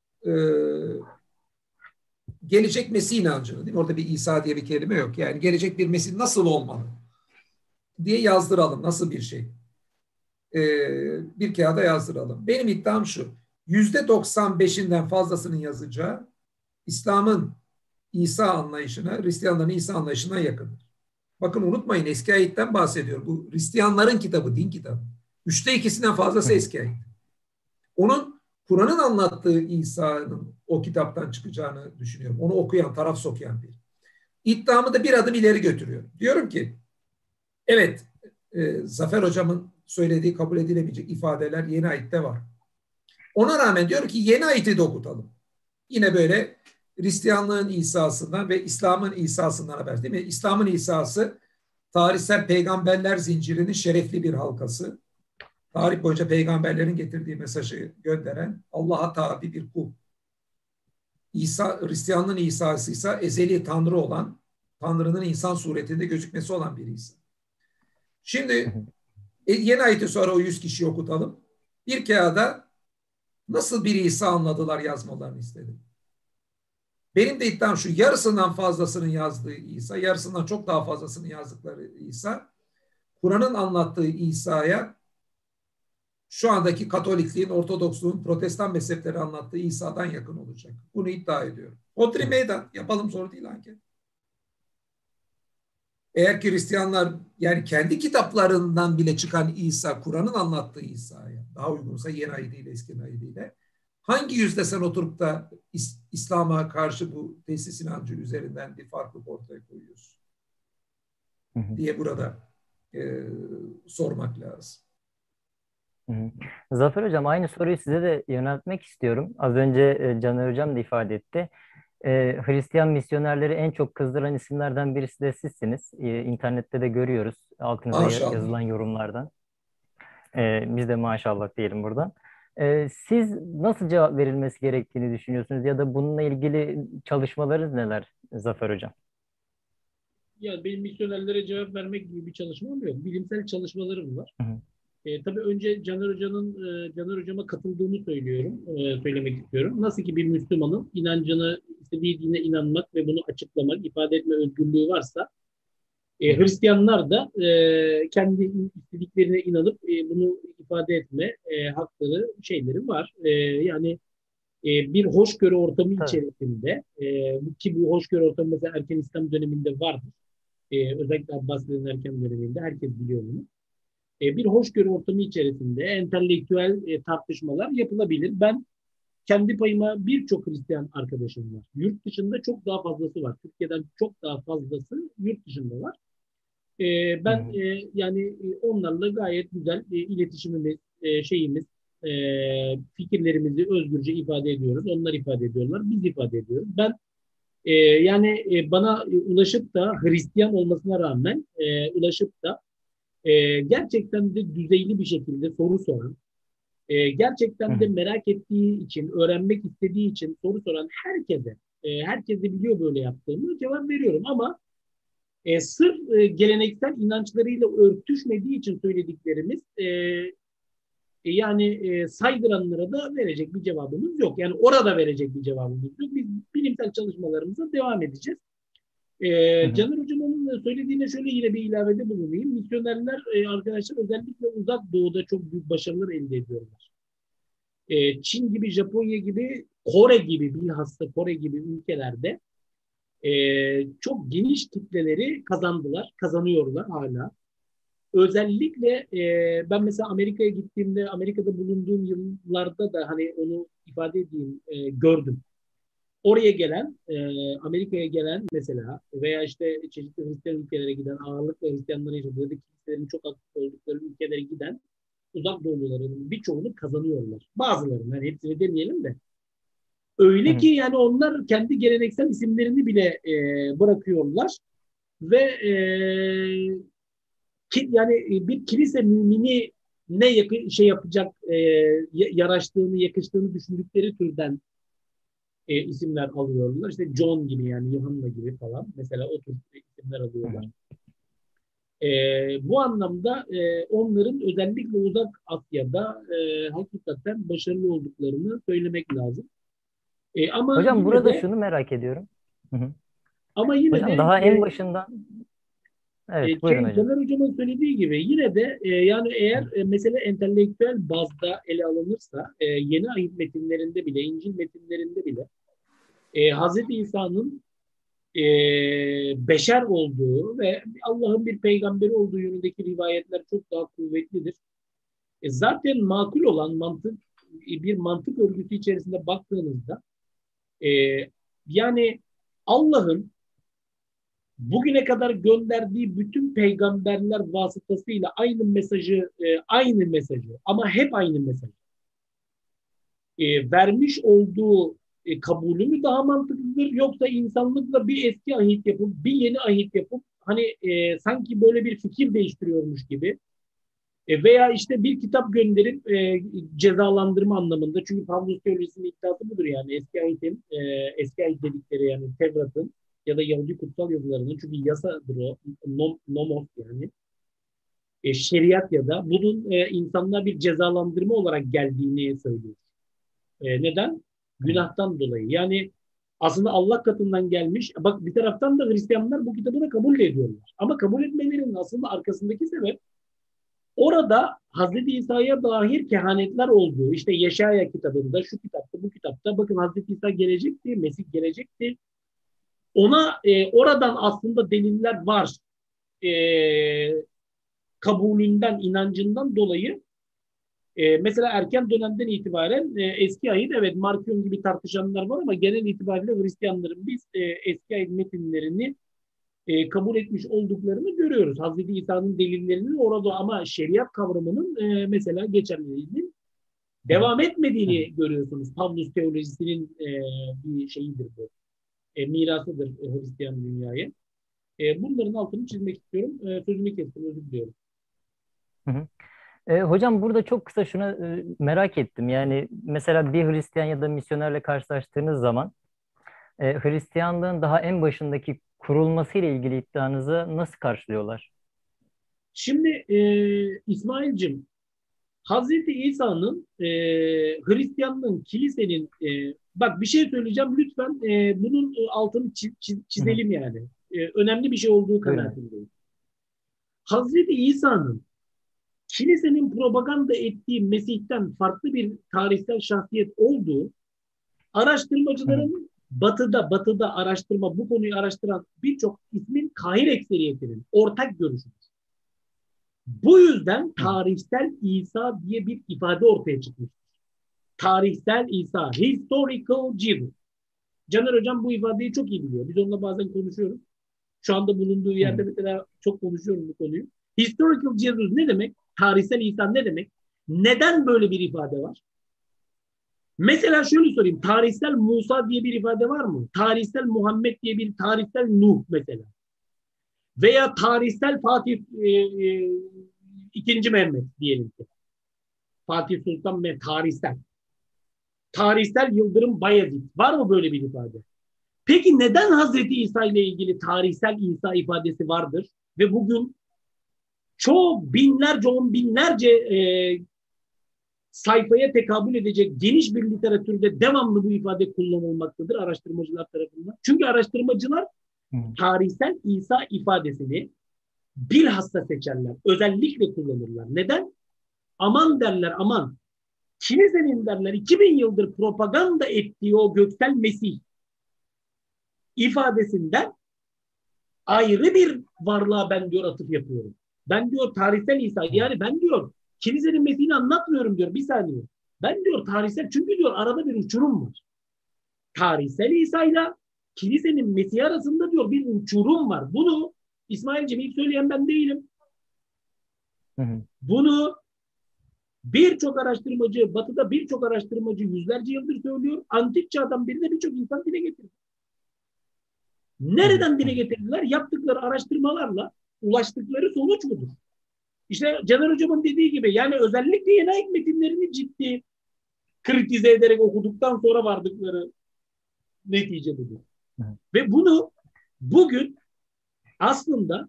gelecek Mesih inancını, değil mi? Orada bir İsa diye bir kelime yok. Yani gelecek bir Mesih nasıl olmalı diye yazdıralım. Nasıl bir şey? Bir kağıda yazdıralım. Benim iddiam şu: %95'inden fazlasının yazacağı İslam'ın İsa anlayışına, Hristiyanların İsa anlayışına yakındır. Bakın unutmayın, eski ayetten bahsediyorum. Bu Hristiyanların kitabı, din kitabı. 2/3'sinden fazlası eski ayet. Onun Kur'an'ın anlattığı İsa'nın o kitaptan çıkacağını düşünüyorum. Onu okuyan, taraf sokuyan bir. İddiamı da bir adım ileri götürüyorum. Diyorum ki, evet, Zafer Hocam'ın söylediği kabul edilebilecek ifadeler yeni ayette var. Ona rağmen diyorum ki yeni ayeti de okutalım. Yine böyle Hristiyanlığın İsa'sından ve İslam'ın İsa'sından haber, değil mi? İslam'ın İsa'sı tarihsel peygamberler zincirinin şerefli bir halkası. Tarih boyunca peygamberlerin getirdiği mesajı gönderen Allah'a tabi bir kul. İsa, Hristiyanlığın İsa'sı ise ezeli Tanrı olan, Tanrı'nın insan suretinde gözükmesi olan bir İsa. Şimdi yeni ayeti sonra o 100 kişiyi okutalım. Bir kağıda nasıl bir İsa anladılar yazmalarını istedim. Benim de iddiam şu: yarısından fazlasının yazdığı İsa, yarısından çok daha fazlasının yazdıkları İsa, Kur'an'ın anlattığı İsa'ya şu andaki Katolikliğin, Ortodoksluğun, Protestan mezhepleri anlattığı İsa'dan yakın olacak. Bunu iddia ediyorum. Hodri meydan. Yapalım, zor değil anket. Eğer ki Hristiyanlar, yani kendi kitaplarından bile çıkan İsa, Kur'an'ın anlattığı İsa'ya daha uygunsa, yeni ayetiyle, eski ayetiyle, hangi yüzde sen oturup da İslam'a karşı bu tesis inancı üzerinden bir farklılık ortaya koyuyorsun diye burada sormak lazım. Zafer Hocam, aynı soruyu size de yöneltmek istiyorum. Az önce Caner Hocam da ifade etti. Hristiyan misyonerleri en çok kızdıran isimlerden birisi de sizsiniz. İnternette de görüyoruz altınıza yazılan yorumlardan. Biz de maşallah diyelim buradan. Siz nasıl cevap verilmesi gerektiğini düşünüyorsunuz ya da bununla ilgili çalışmalarınız neler Zafer Hocam? Ya benim misyonerlere cevap vermek gibi bir çalışmam yok. Bilimsel çalışmalarım var. Tabii önce Caner Hocam'a katıldığımı söylemek istiyorum. Nasıl ki bir Müslümanın inancını, istediği dine inanmak ve bunu açıklamak, ifade etme özgürlüğü varsa, Hristiyanlar da kendi istediklerine inanıp bunu ifade etme hakları, şeyleri var. Yani bir hoşgörü ortamı içerisinde, ki bu hoşgörü ortamı mesela erken İslam döneminde vardır. Özellikle Abbasilerin erken döneminde, herkes biliyor bunu. Bir hoşgörü ortamı içerisinde entelektüel tartışmalar yapılabilir. Ben kendi payıma birçok Hristiyan arkadaşım var. Yurt dışında çok daha fazlası var. Türkiye'den çok daha fazlası yurt dışında var. Ben yani onlarla gayet güzel iletişimimiz, fikirlerimizi özgürce ifade ediyoruz. Onlar ifade ediyorlar, biz ifade ediyoruz. Ben yani bana ulaşıp da Hristiyan olmasına rağmen ulaşıp da gerçekten de düzeyli bir şekilde soru soran, Gerçekten de merak ettiği için, öğrenmek istediği için soru soran herkes de biliyor böyle yaptığımı cevap veriyorum. Ama sırf geleneksel inançlarıyla örtüşmediği için söylediklerimiz saydıranlara da verecek bir cevabımız yok. Yani orada verecek bir cevabımız yok. Biz bilimsel çalışmalarımıza devam edeceğiz. Caner Hocam'ın söylediğine şöyle yine bir ilavede bulunayım. Misyonerler arkadaşlar özellikle Uzak Doğu'da çok büyük başarılar elde ediyorlar. Çin gibi, Japonya gibi, Kore gibi, bilhassa Kore gibi ülkelerde çok geniş kitleleri kazanıyorlar hala. Özellikle ben mesela Amerika'ya gittiğimde, Amerika'da bulunduğum yıllarda da hani onu ifade edeyim, gördüm. Oraya gelen, Amerika'ya gelen mesela veya işte çeşitli Hristiyan ülkelere giden, ağırlıkla Hristiyanların yaşadığı ya da kiliselerin çok aktif oldukları ülkelere giden Uzak Doğuluların birçoğunu kazanıyorlar. Bazılarının, yani hepsini demeyelim de. Öyle ki yani onlar kendi geleneksel isimlerini bile bırakıyorlar ve yani bir kilise mümini yapacak, yaraştığını, yakıştığını düşündükleri türden isimler alıyorlar. İşte John gibi, yani Yohanna gibi falan. Mesela o tür isimler alıyorlar. Bu anlamda onların özellikle Uzak Asya'da hakikaten başarılı olduklarını söylemek lazım. Ama Hocam yine burada de şunu merak ediyorum. ama yine Hocam de daha en başından, evet buyurun hocam. Caner Hocam'ın söylediği gibi yine de yani eğer mesele entelektüel bazda ele alınırsa yeni ahit metinlerinde bile, İncil metinlerinde bile Hazreti İsa'nın beşer olduğu ve Allah'ın bir peygamberi olduğu yönündeki rivayetler çok daha kuvvetlidir. Zaten makul olan bir mantık örgüsü içerisinde baktığınızda e, yani Allah'ın bugüne kadar gönderdiği bütün peygamberler vasıtasıyla aynı mesajı ama hep aynı mesajı vermiş olduğu kabulü mü daha mantıklıdır, yoksa insanlıkla bir eski ahit yapıp bir yeni ahit yapıp hani sanki böyle bir fikir değiştiriyormuş gibi veya işte bir kitap gönderip cezalandırma anlamında, çünkü Pavlus teolojisinin iddiası budur, yani eski ahit dedikleri yani Tevrat'ın ya da Yahudi kutsal yazılarının, çünkü yasadır o, nomos yani şeriat, ya da bunun insanlığa bir cezalandırma olarak geldiğini söylüyor. Neden? Günahtan dolayı. Yani aslında Allah katından gelmiş. Bak, bir taraftan da Hristiyanlar bu kitabı da kabul ediyorlar. Ama kabul etmelerinin aslında arkasındaki sebep, orada Hazreti İsa'ya dair kehanetler olduğu, işte Yeşaya kitabında, şu kitapta, bu kitapta, bakın Hazreti İsa gelecekti, Mesih gelecekti. Ona oradan aslında deliller var. E, Kabulünden, inancından dolayı mesela erken dönemden itibaren eski ahit, evet Markion gibi tartışanlar var ama genel itibariyle Hristiyanların biz eski ahit metinlerini kabul etmiş olduklarını görüyoruz. Hazreti İsa'nın delillerinin orada, ama şeriat kavramının mesela geçerliliğinin devam etmediğini görüyorsunuz. Pavlus teolojisinin bir şeyidir bu. Mirasıdır Hristiyan dünyaya. Bunların altını çizmek istiyorum. Sözümü kestim, özür diliyorum. Hı hı. Hocam burada çok kısa şunu merak ettim. Yani mesela bir Hristiyan ya da misyonerle karşılaştığınız zaman Hristiyanlığın daha en başındaki kurulması ile ilgili iddianızı nasıl karşılıyorlar? Şimdi İsmail'cim, Hazreti İsa'nın Hristiyanlığın, kilisenin bak bir şey söyleyeceğim lütfen, bunun altını Hı hı. çizelim yani. Önemli bir şey olduğu Buyurun. kanaatindeyim. Hazreti İsa'nın kilisenin propaganda ettiği Mesih'ten farklı bir tarihsel şahsiyet olduğu, Hı hı. araştırmacıların batıda araştırma, bu konuyu araştıran birçok ismin kahir ekseriyetinin ortak görüşüdür. Bu yüzden Hı hı. tarihsel İsa diye bir ifade ortaya çıkmıştır. Tarihsel İsa, historical Jesus. Caner Hocam bu ifadeyi çok iyi biliyor. Biz onunla bazen konuşuyoruz. Şu anda bulunduğu Hı yerde hı. mesela çok konuşuyorum bu konuyu. Historical Jesus ne demek? Tarihsel İsa ne demek? Neden böyle bir ifade var? Mesela şöyle sorayım. Tarihsel Musa diye bir ifade var mı? Tarihsel Muhammed diye bir, tarihsel Nuh mesela. Veya tarihsel Fatih II. Mehmet diyelim ki. Fatih Sultan Mehmet tarihsel. Tarihsel Yıldırım Bayezid. Var mı böyle bir ifade? Peki neden Hazreti İsa ile ilgili tarihsel İsa ifadesi vardır? Ve bugün çok binlerce, on binlerce sayfaya tekabül edecek geniş bir literatürde devamlı bu ifade kullanılmaktadır araştırmacılar tarafından. Çünkü araştırmacılar tarihsel İsa ifadesini bilhassa seçerler. Özellikle kullanırlar. Neden? Aman derler, aman. Kilisenin derler 2000 yıldır propaganda ettiği o göksel Mesih ifadesinden ayrı bir varlığa ben diyor atıf yapıyorum. Ben diyor tarihsel İsa, yani ben diyor kilisenin Mesih'ini anlatmıyorum diyor, bir saniye. Ben diyor tarihsel, çünkü diyor arada bir uçurum var. Tarihsel İsa ile kilisenin Mesih arasında diyor bir uçurum var. Bunu İsmail'cim ilk söyleyen ben değilim. Bunu birçok araştırmacı, Batı'da birçok araştırmacı yüzlerce yıldır söylüyor. Antik çağdan beri de birçok insan dile getirdi. Nereden dile getirdiler? Yaptıkları araştırmalarla ulaştıkları sonuç budur. İşte Caner Hocam'ın dediği gibi, yani özellikle yeni ayet metinlerini ciddi kritize ederek okuduktan sonra vardıkları netice budur. Ve bunu bugün aslında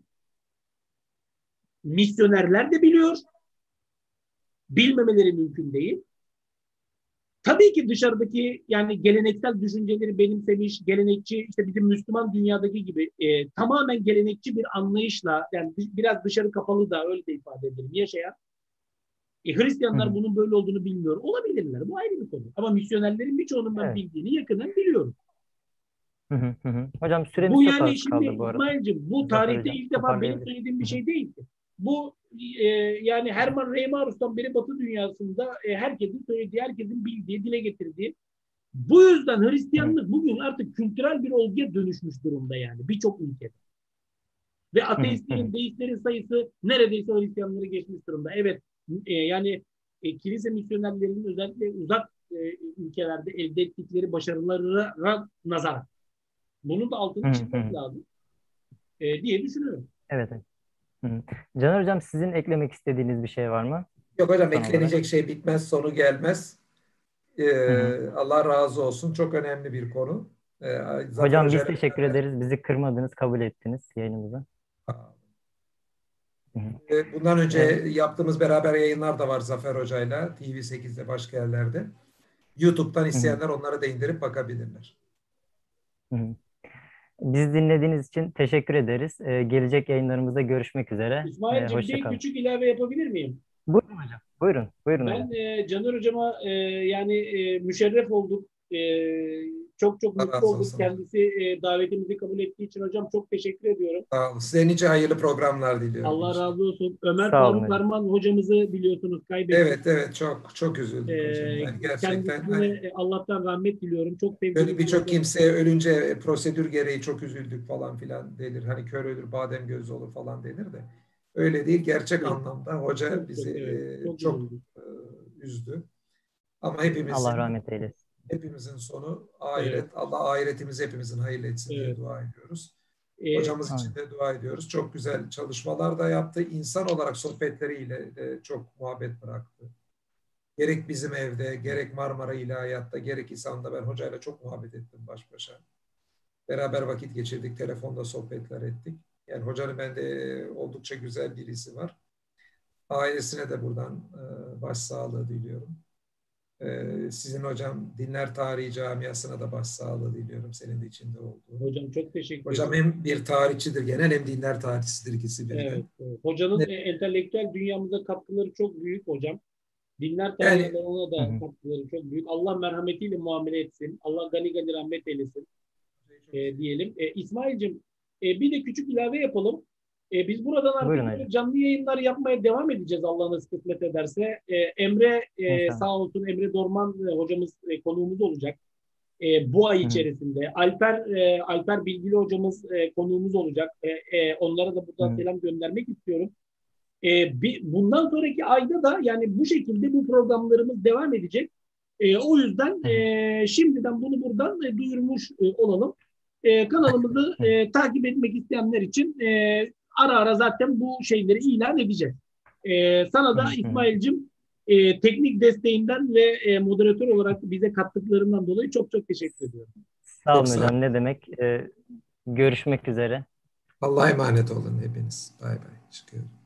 misyonerler de biliyor. Bilmemeleri mümkün değil. Tabii ki dışarıdaki yani geleneksel düşünceleri benimsemiş, gelenekçi, işte bizim Müslüman dünyadaki gibi tamamen gelenekçi bir anlayışla, yani biraz dışarı kapalı da öyle de ifade edelim, yaşayan Hristiyanlar bunun böyle olduğunu bilmiyor. Olabilirler. Bu ayrı bir konu. Ama misyonerlerin birçoğunun ben bildiğini yakından biliyorum. Hocam süremiz Bu çok yani az şimdi kaldı bu arada. İsmail'cim, bu tarihte ilk defa benim söylediğim bir şey değil ki. Bu yani Hermann Reimarus'tan beri Batı dünyasında herkesin söylediği, herkesin bildiği, dile getirdiği. Bu yüzden Hristiyanlık bugün artık kültürel bir olguya dönüşmüş durumda yani birçok ülkede. Ve ateistlerin, deistlerin sayısı neredeyse Hristiyanları geçmiş durumda. Evet, yani kilise misyonerlerinin özellikle uzak ülkelerde elde ettikleri başarılara nazaran bunun da altını çizmek lazım diye düşünüyorum. Evet. Caner Hocam, sizin eklemek istediğiniz bir şey var mı? Yok hocam, eklenecek şey bitmez, sonu gelmez. Allah razı olsun. Çok önemli bir konu. Hocam biz teşekkür ederiz. Bizi kırmadınız, kabul ettiniz yayınımıza. Bundan önce yaptığımız beraber yayınlar da var Zafer Hoca'yla. TV8'de, başka yerlerde. YouTube'dan isteyenler onları da indirip bakabilirler. Biz dinlediğiniz için teşekkür ederiz. Gelecek yayınlarımızda görüşmek üzere. İsmail'cim bir küçük ilave yapabilir miyim? Buyurun hocam. Buyurun. Buyurun ben hocam. Caner Hocama yani müşerref olduk. Çok mutlu olduk. Kendisi davetimizi kabul ettiği için hocam çok teşekkür ediyorum. Sağ olun. Size nice hayırlı programlar diliyorum. Allah razı olsun. Ömer Faruk Arman hocamızı biliyorsunuz, kaybettik. Evet, çok üzüldük hocam. Yani gerçekten kendisine Allah'tan rahmet diliyorum. Çok sevdiğim. Böyle birçok kimse ölünce prosedür gereği çok üzüldük falan filan denir. Hani kör ölür, badem gözü olur falan denir de. Öyle değil. Gerçek anlamda hoca bizi çok üzdü. Ama Allah rahmet eylesin. Hepimizin sonu ahiret. Allah ahiretimizi hepimizin hayırlı etsin diye dua ediyoruz. Hocamız için de dua ediyoruz. Çok güzel çalışmalar da yaptı. İnsan olarak sohbetleriyle de çok muhabbet bıraktı. Gerek bizim evde, gerek Marmara İlahiyat'ta, gerek İSAM'da ben hocayla çok muhabbet ettim baş başa. Beraber vakit geçirdik, telefonda sohbetler ettik. Yani hocanın bende oldukça güzel birisi var. Ailesine de buradan başsağlığı diliyorum. Sizin hocam Dinler Tarihi Camiası'na da başsağlığı diliyorum, senin de içinde olduğu. Hocam çok teşekkür ederim. Hocam hem bir tarihçidir genel, hem dinler tarihçisidir, ikisi birden. Evet. Hocanın entelektüel dünyamıza katkıları çok büyük hocam. Dinler tarihi ona da katkıları çok büyük. Allah merhametiyle muamele etsin. Allah gani gani rahmet eylesin diyelim. İsmail'cim bir de küçük ilave yapalım. Biz buradan artık canlı yayınlar yapmaya devam edeceğiz Allah nasip kısmet ederse. Emre sağ olsun, Emre Dorman hocamız konuğumuz olacak. Bu ay içerisinde. Alper Bilgili hocamız konuğumuz olacak. Onlara da buradan selam göndermek istiyorum. Bundan sonraki ayda da yani bu şekilde bu programlarımız devam edecek. O yüzden şimdiden bunu buradan duyurmuş olalım. Kanalımızı takip etmek isteyenler için ara ara zaten bu şeyleri ilan edeceğiz. Sana da İsmail'cim teknik desteğinden ve moderatör olarak bize kattıklarından dolayı çok çok teşekkür ediyorum. Sağ Çok olun sağ hocam. Ne demek? Görüşmek üzere. Allah'a emanet olun hepiniz. Bay bay. Çıkıyorum.